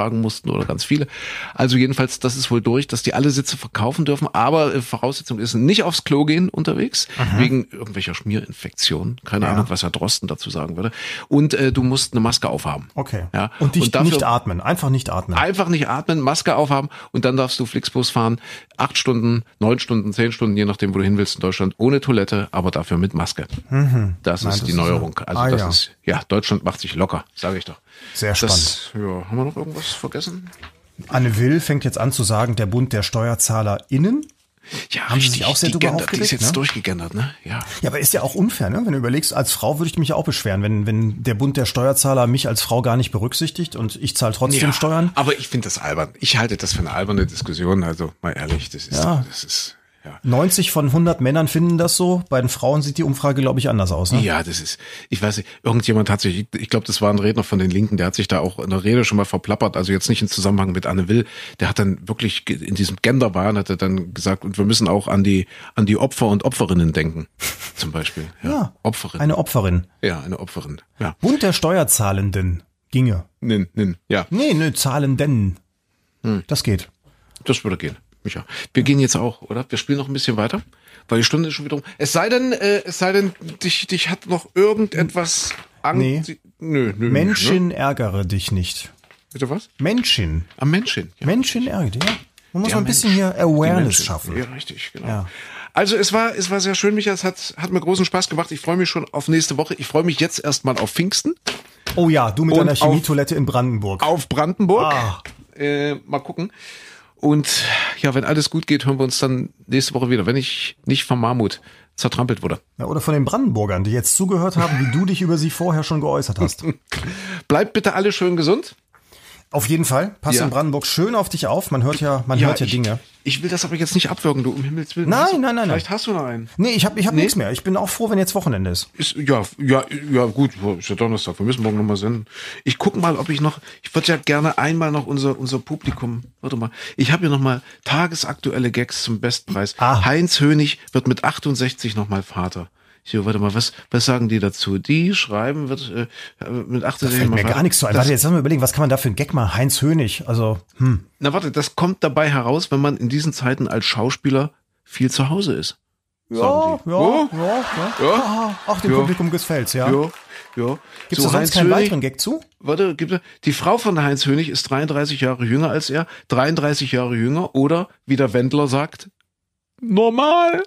tragen mussten oder ganz viele. Also jedenfalls, das ist wohl durch, dass die alle Sitze verkaufen dürfen, aber Voraussetzung ist, nicht aufs Klo gehen unterwegs, wegen irgendwelcher Schmierinfektionen. Keine Ahnung, was Herr Drosten dazu sagen würde. Und du musst eine Maske aufhaben. Okay. Ja. Und dafür nicht atmen, einfach nicht atmen. Einfach nicht atmen, Maske aufhaben und dann darfst du Flixbus fahren, 8 Stunden, 9 Stunden, 10 Stunden, je nachdem, wo du hin willst in Deutschland, ohne Toilette, aber dafür mit Maske. Das ist die Neuerung. Also das ist, Deutschland macht sich locker, sage ich doch. Sehr spannend. Haben wir noch irgendwas vergessen? Anne Will fängt jetzt an zu sagen, der Bund der SteuerzahlerInnen. Ja, haben sie sich auch sehr drüber aufgeregt, die ist jetzt durchgegendert, ne? Ja, aber ist ja auch unfair, ne? Wenn du überlegst, als Frau würde ich mich auch beschweren, wenn der Bund der Steuerzahler mich als Frau gar nicht berücksichtigt und ich zahle trotzdem Steuern. Aber ich finde das albern. Ich halte das für eine alberne Diskussion, also mal ehrlich, das ist 90 von 100 Männern finden das so. Bei den Frauen sieht die Umfrage, glaube ich, anders aus. Ne? Ja, ich weiß nicht, irgendjemand hat sich, ich glaube, das war ein Redner von den Linken, der hat sich da auch in der Rede schon mal verplappert, also jetzt nicht im Zusammenhang mit Anne Will, der hat dann wirklich in diesem Genderwahn hat er dann gesagt, und wir müssen auch an die Opfer und Opferinnen denken, zum Beispiel. Ja, Opferin. Eine Opferin. Ja, eine Opferin. Ja. Bund der Steuerzahlenden ginge. Ja. Nee, Zahlenden. Das geht. Das würde gehen. Micha. Wir gehen jetzt auch, oder? Wir spielen noch ein bisschen weiter, weil die Stunde ist schon wieder um. Es sei denn, dich hat noch irgendetwas Angst. Nee. Nö. Menschen, ärgere dich nicht. Bitte was? Menschen. Am Menschen. Ja. Menschen ärgere dich, ja. Man muss mal ein bisschen hier Awareness schaffen. Ja, richtig, genau. Ja. Also es war sehr schön, Micha. Es hat mir großen Spaß gemacht. Ich freue mich schon auf nächste Woche. Ich freue mich jetzt erstmal auf Pfingsten. Oh ja, du mit deiner Chemietoilette in Brandenburg. Auf Brandenburg. Mal gucken. Und ja, wenn alles gut geht, hören wir uns dann nächste Woche wieder, wenn ich nicht vom Mammut zertrampelt wurde. Ja, oder von den Brandenburgern, die jetzt zugehört haben, wie du dich über sie vorher schon geäußert hast. Bleibt bitte alle schön gesund. Auf jeden Fall. Pass in Brandenburg schön auf dich auf. Man hört ja Dinge. Ich will das aber jetzt nicht abwürgen, du, um Himmels Willen. Nein. Vielleicht hast du noch einen. Nee, ich hab nichts mehr. Ich bin auch froh, wenn jetzt Wochenende ist. Ja, gut. Ist ja Donnerstag. Wir müssen morgen nochmal senden. Ich guck mal, ob ich würde ja gerne einmal noch unser Publikum, warte mal. Ich habe hier nochmal tagesaktuelle Gags zum Bestpreis. Heinz Hönig wird mit 68 nochmal Vater. So, warte mal, was sagen die dazu? Die schreiben, wird mit 68 fällt mir gar nichts zu ein. Warte, jetzt lass mal überlegen, was kann man da für einen Gag machen? Heinz Hönig, also, Na warte, das kommt dabei heraus, wenn man in diesen Zeiten als Schauspieler viel zu Hause ist. Ja. Ach, dem Publikum gefällt's, ja. Ja. Gibt's da sonst keinen weiteren Gag zu? Warte, die Frau von Heinz Hönig ist 33 Jahre jünger als er, 33 Jahre jünger oder, wie der Wendler sagt, normal.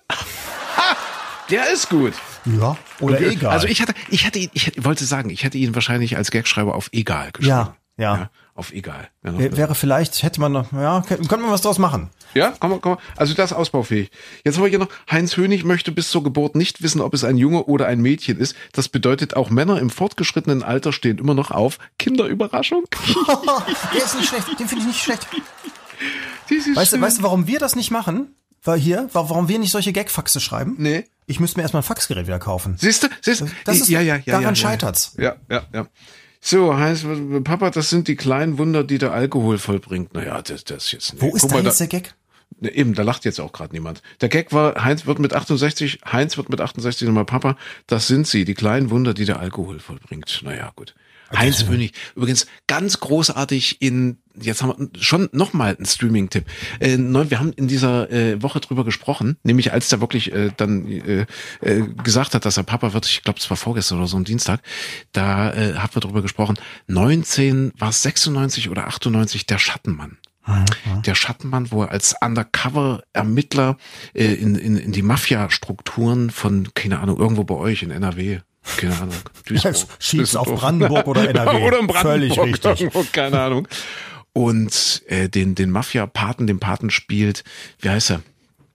Der ist gut. Ja, oder egal. Also ich wollte sagen, ich hätte ihn wahrscheinlich als Gagschreiber auf egal geschrieben. Ja. Auf egal. Wäre vielleicht, hätte man noch, könnte man was draus machen. Ja, komm. Also das ist ausbaufähig. Jetzt haben wir hier noch, Heinz Hönig möchte bis zur Geburt nicht wissen, ob es ein Junge oder ein Mädchen ist. Das bedeutet, auch Männer im fortgeschrittenen Alter stehen immer noch auf. Kinderüberraschung. Der ist nicht schlecht, den finde ich nicht schlecht. Weißt du, warum wir das nicht machen? Warum wir nicht solche Gagfaxe schreiben? Nee. Ich müsste mir erstmal ein Faxgerät wieder kaufen. Siehst du? Das ist, daran scheitert's. Ja. So, heißt, Papa, das sind die kleinen Wunder, die der Alkohol vollbringt. Naja, das jetzt nicht. Wo ist da jetzt der Gag? Eben, da lacht jetzt auch gerade niemand. Der Gag war, Heinz wird mit 68 nochmal Papa, das sind sie, die kleinen Wunder, die der Alkohol vollbringt. Naja, gut. Heinz Hönig, übrigens ganz großartig jetzt haben wir schon nochmal einen Streaming-Tipp. Wir haben in dieser Woche drüber gesprochen, nämlich als der wirklich gesagt hat, dass er Papa wird, ich glaube, es war vorgestern oder so, am Dienstag, da haben wir drüber gesprochen, 96 oder 98, der Schattenmann. Der Schattenmann, wo er als Undercover-Ermittler in die Mafia-Strukturen von, keine Ahnung, irgendwo bei euch in NRW, keine Ahnung, schießt auf Brandenburg oder NRW. Oder in Brandenburg, völlig richtig. Irgendwo, keine Ahnung. Und den Mafia-Paten, den Paten spielt, wie heißt er?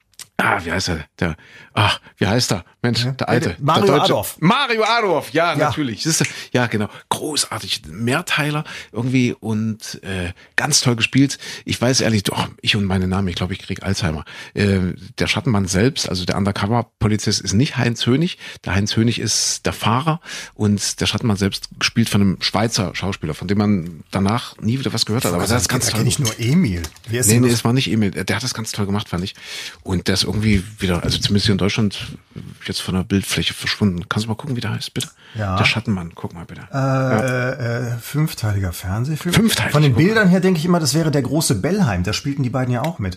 Wie heißt er? Mensch, der Alte. Mario Adorf. Mario Adorf, ja, natürlich. Ja, genau. Großartig. Mehrteiler irgendwie und ganz toll gespielt. Ich weiß ehrlich, ich und meine Namen, ich glaube, ich kriege Alzheimer. Der Schattenmann selbst, also der Undercover-Polizist, ist nicht Heinz Hönig. Der Heinz Hönig ist der Fahrer und der Schattenmann selbst gespielt von einem Schweizer Schauspieler, von dem man danach nie wieder was gehört hat. Aber das ist ganz toll. Da kenne ich nur Emil. Nee, es war nicht Emil. Der hat das ganz toll gemacht, fand ich. Und der ist irgendwie wieder, also zumindest hier in Deutschland, jetzt von der Bildfläche verschwunden. Kannst du mal gucken, wie der heißt, bitte? Ja. Der Schattenmann, guck mal bitte. Fünfteiliger Fernsehfilm. Fünfteilig. Von den Bildern her denke ich immer, das wäre der große Bellheim. Da spielten die beiden ja auch mit.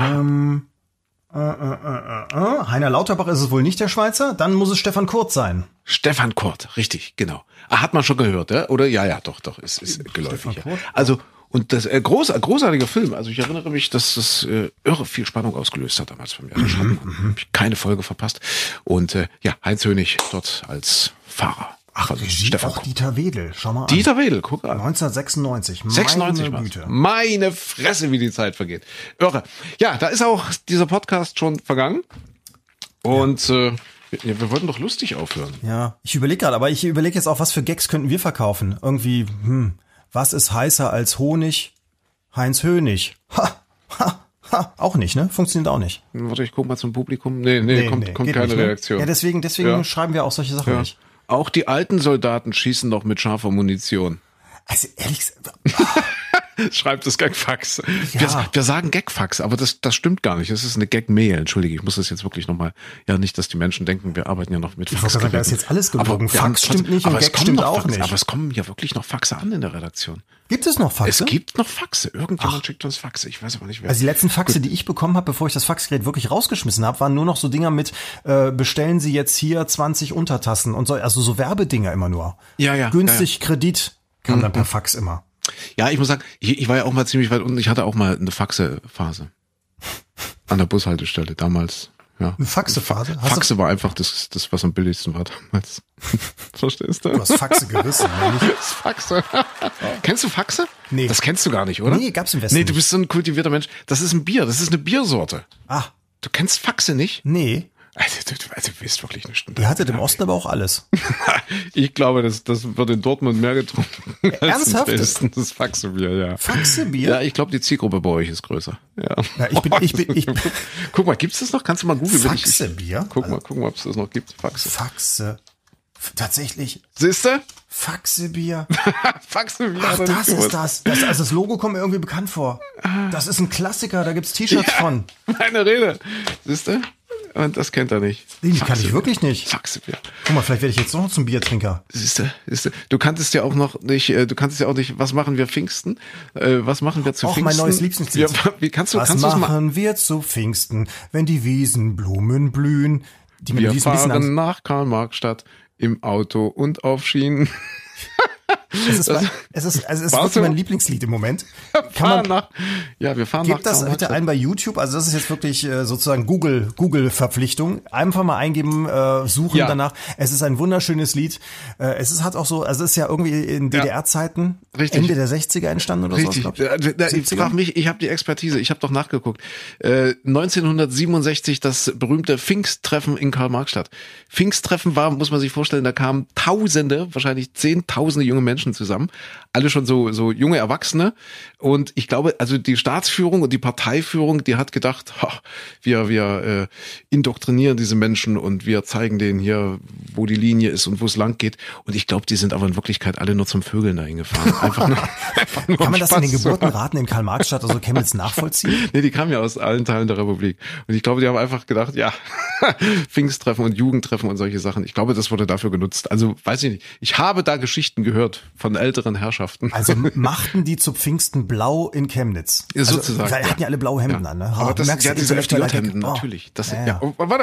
Heiner Lauterbach ist es wohl nicht, der Schweizer. Dann muss es Stefan Kurt sein. Stefan Kurt, richtig, genau. Hat man schon gehört, ja? Oder? Ja, doch, ist geläufig. Ja. Also, und das großartiger Film. Also ich erinnere mich, dass das irre viel Spannung ausgelöst hat damals bei mir. Hab ich keine Folge verpasst. Und Heinz Hönig dort als Fahrer. Ach, also Stefan auch Dieter Wedel, schau mal an. Dieter Wedel, guck an. 1996. 96 meine Güte. Meine Fresse, wie die Zeit vergeht. Irre. Ja, da ist auch dieser Podcast schon vergangen. Und wir wollten doch lustig aufhören. Ja, ich überlege gerade, aber ich überlege jetzt auch, was für Gags könnten wir verkaufen. Irgendwie, was ist heißer als Honig? Heinz Hönig. Auch nicht, ne? Funktioniert auch nicht. Warte, ich guck mal zum Publikum. Nee, kommt keine nicht, Reaktion. Ja, deswegen schreiben wir auch solche Sachen nicht. Auch die alten Soldaten schießen noch mit scharfer Munition. Also ehrlich gesagt. Schreibt das Gagfax. Ja. Wir sagen Gagfax, aber das stimmt gar nicht. Das ist eine Gag-Mail. Entschuldige, ich muss das jetzt wirklich nochmal. Ja, nicht, dass die Menschen denken, wir arbeiten ja noch mit Fax. Ich da ist jetzt alles gelogen. Fax stimmt nicht und Gag stimmt auch nicht. Aber es kommen ja wirklich noch Faxe an in der Redaktion. Gibt es noch Faxe? Es gibt noch Faxe. Irgendjemand schickt uns Faxe. Ich weiß aber nicht, wer. Also die letzten Faxe, die ich bekommen habe, bevor ich das Faxgerät wirklich rausgeschmissen habe, waren nur noch so Dinger mit, bestellen Sie jetzt hier 20 Untertassen und so, also so Werbedinger immer nur. Ja. Günstig Kredit kam dann per Fax immer. Ja, ich muss sagen, ich war ja auch mal ziemlich weit unten. Ich hatte auch mal eine Faxe-Phase. An der Bushaltestelle damals. Ja. Eine Faxe-Phase? Faxe war einfach das, was am billigsten war damals. Verstehst du? Du hast Faxe gerissen, oder nicht? Das Faxe. Kennst du Faxe? Nee. Das kennst du gar nicht, oder? Nee, gab's im Westen nicht. Du bist so ein kultivierter Mensch. Das ist ein Bier. Das ist eine Biersorte. Ah. Du kennst Faxe nicht? Nee. Also du bist wirklich eine Stunde. Ihr hattet im Osten aber auch alles. Ich glaube, das wird in Dortmund mehr getrunken. Ernsthaft? Das Faxebier, ja. Faxebier? Ja, ich glaube, die Zielgruppe bei euch ist größer. Ja. Ich bin. Guck mal, gibt's das noch? Kannst du mal googeln? Faxebier? Guck mal, ob es das noch gibt. Faxe. Tatsächlich. Siehste? Faxebier. Faxebier. Ach, das ist das. Also das Logo kommt mir irgendwie bekannt vor. Das ist ein Klassiker, da gibt's T-Shirts von. Meine Rede. Siehste? Und das kennt er nicht. Nee, die kann ich wirklich nicht. Faxebier. Guck mal, vielleicht werde ich jetzt noch zum Biertrinker. Siehste? Du kanntest ja auch nicht, was machen wir Pfingsten? Was machen wir zu Pfingsten? Auch mein neues Lieblingslied. Ja, was machen wir zu Pfingsten, wenn die Wiesenblumen blühen? Wir fahren nach Karl-Marx-Stadt im Auto und auf Schienen. Es ist wirklich mein Lieblingslied im Moment. Wir fahren nach Gebt das bitte ein bei YouTube. Also das ist jetzt wirklich sozusagen Google-Verpflichtung. Einfach mal eingeben, suchen danach. Es ist ein wunderschönes Lied. Hat auch so, also es ist ja irgendwie in DDR-Zeiten, Ende der 60er entstanden oder so. Ich frage mich, ich habe die Expertise, ich habe doch nachgeguckt. 1967 das berühmte Pfingsttreffen in Karl-Marx-Stadt. Pfingsttreffen war, muss man sich vorstellen, da kamen Tausende, wahrscheinlich Zehntausende junge Menschen zusammen, alle schon so junge Erwachsene, und ich glaube, also die Staatsführung und die Parteiführung, die hat gedacht, wir indoktrinieren diese Menschen und wir zeigen denen hier, wo die Linie ist und wo es lang geht, und ich glaube, die sind aber in Wirklichkeit alle nur zum Vögeln dahin gefahren. Einfach nur kann man das in den Geburtenraten in Karl-Marx-Stadt, also Chemnitz, nachvollziehen? Nee, die kamen ja aus allen Teilen der Republik, und ich glaube, die haben einfach gedacht, ja, Pfingsttreffen und Jugendtreffen und solche Sachen, ich glaube, das wurde dafür genutzt. Also, weiß ich nicht, ich habe da Geschichten gehört von älteren Herrschaften. Also machten die zu Pfingsten blau in Chemnitz. Ja, sozusagen. Die hatten ja alle blaue Hemden an, ne? Aber das sind diese FDJ-Hemden, natürlich. Das, Warte.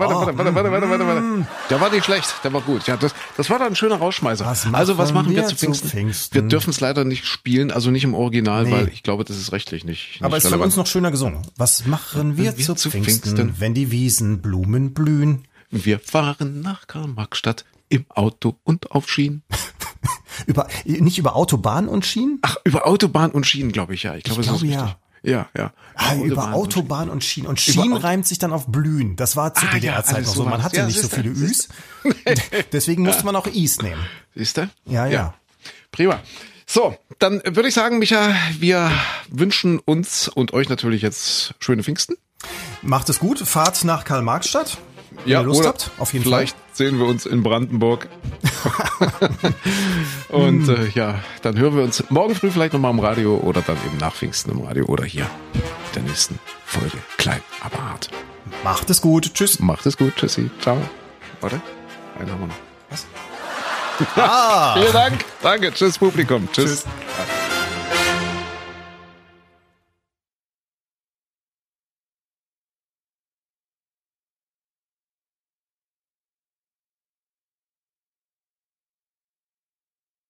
Der war nicht schlecht, der war gut. Ja, das war dann ein schöner Rausschmeißer. Was machen wir zu Pfingsten? Wir dürfen es leider nicht spielen, also nicht im Original, weil ich glaube, das ist rechtlich nicht aber es ist für uns noch schöner gesungen. Was machen wir zu Pfingsten, wenn die Wiesenblumen blühen? Wir fahren nach Karl-Marx-Stadt im Auto und auf Schienen. Nicht über Autobahn und Schienen? Ach, über Autobahn und Schienen, glaube ich, ja. Ich glaube, das ist richtig. Ja. Über Autobahn und Schienen. Und Schienen reimt sich dann auf Blühen. Das war zu DDR-Zeit noch so. Man hatte nicht so viele Üs. Deswegen musste man auch Is nehmen. Siehst du? Ja. Prima. So, dann würde ich sagen, Micha, wir wünschen uns und euch natürlich jetzt schöne Pfingsten. Macht es gut. Fahrt nach Karl-Marx-Stadt. Wenn ihr Lust habt, auf jeden Fall. Vielleicht sehen wir uns in Brandenburg. Und dann hören wir uns morgen früh vielleicht nochmal im Radio oder dann eben nach Pfingsten im Radio oder hier in der nächsten Folge. Klein, aber hart. Macht es gut. Tschüss. Macht es gut. Tschüssi. Ciao. Warte. Einen haben wir noch. Was? Ah. Vielen Dank. Danke. Tschüss, Publikum. Tschüss.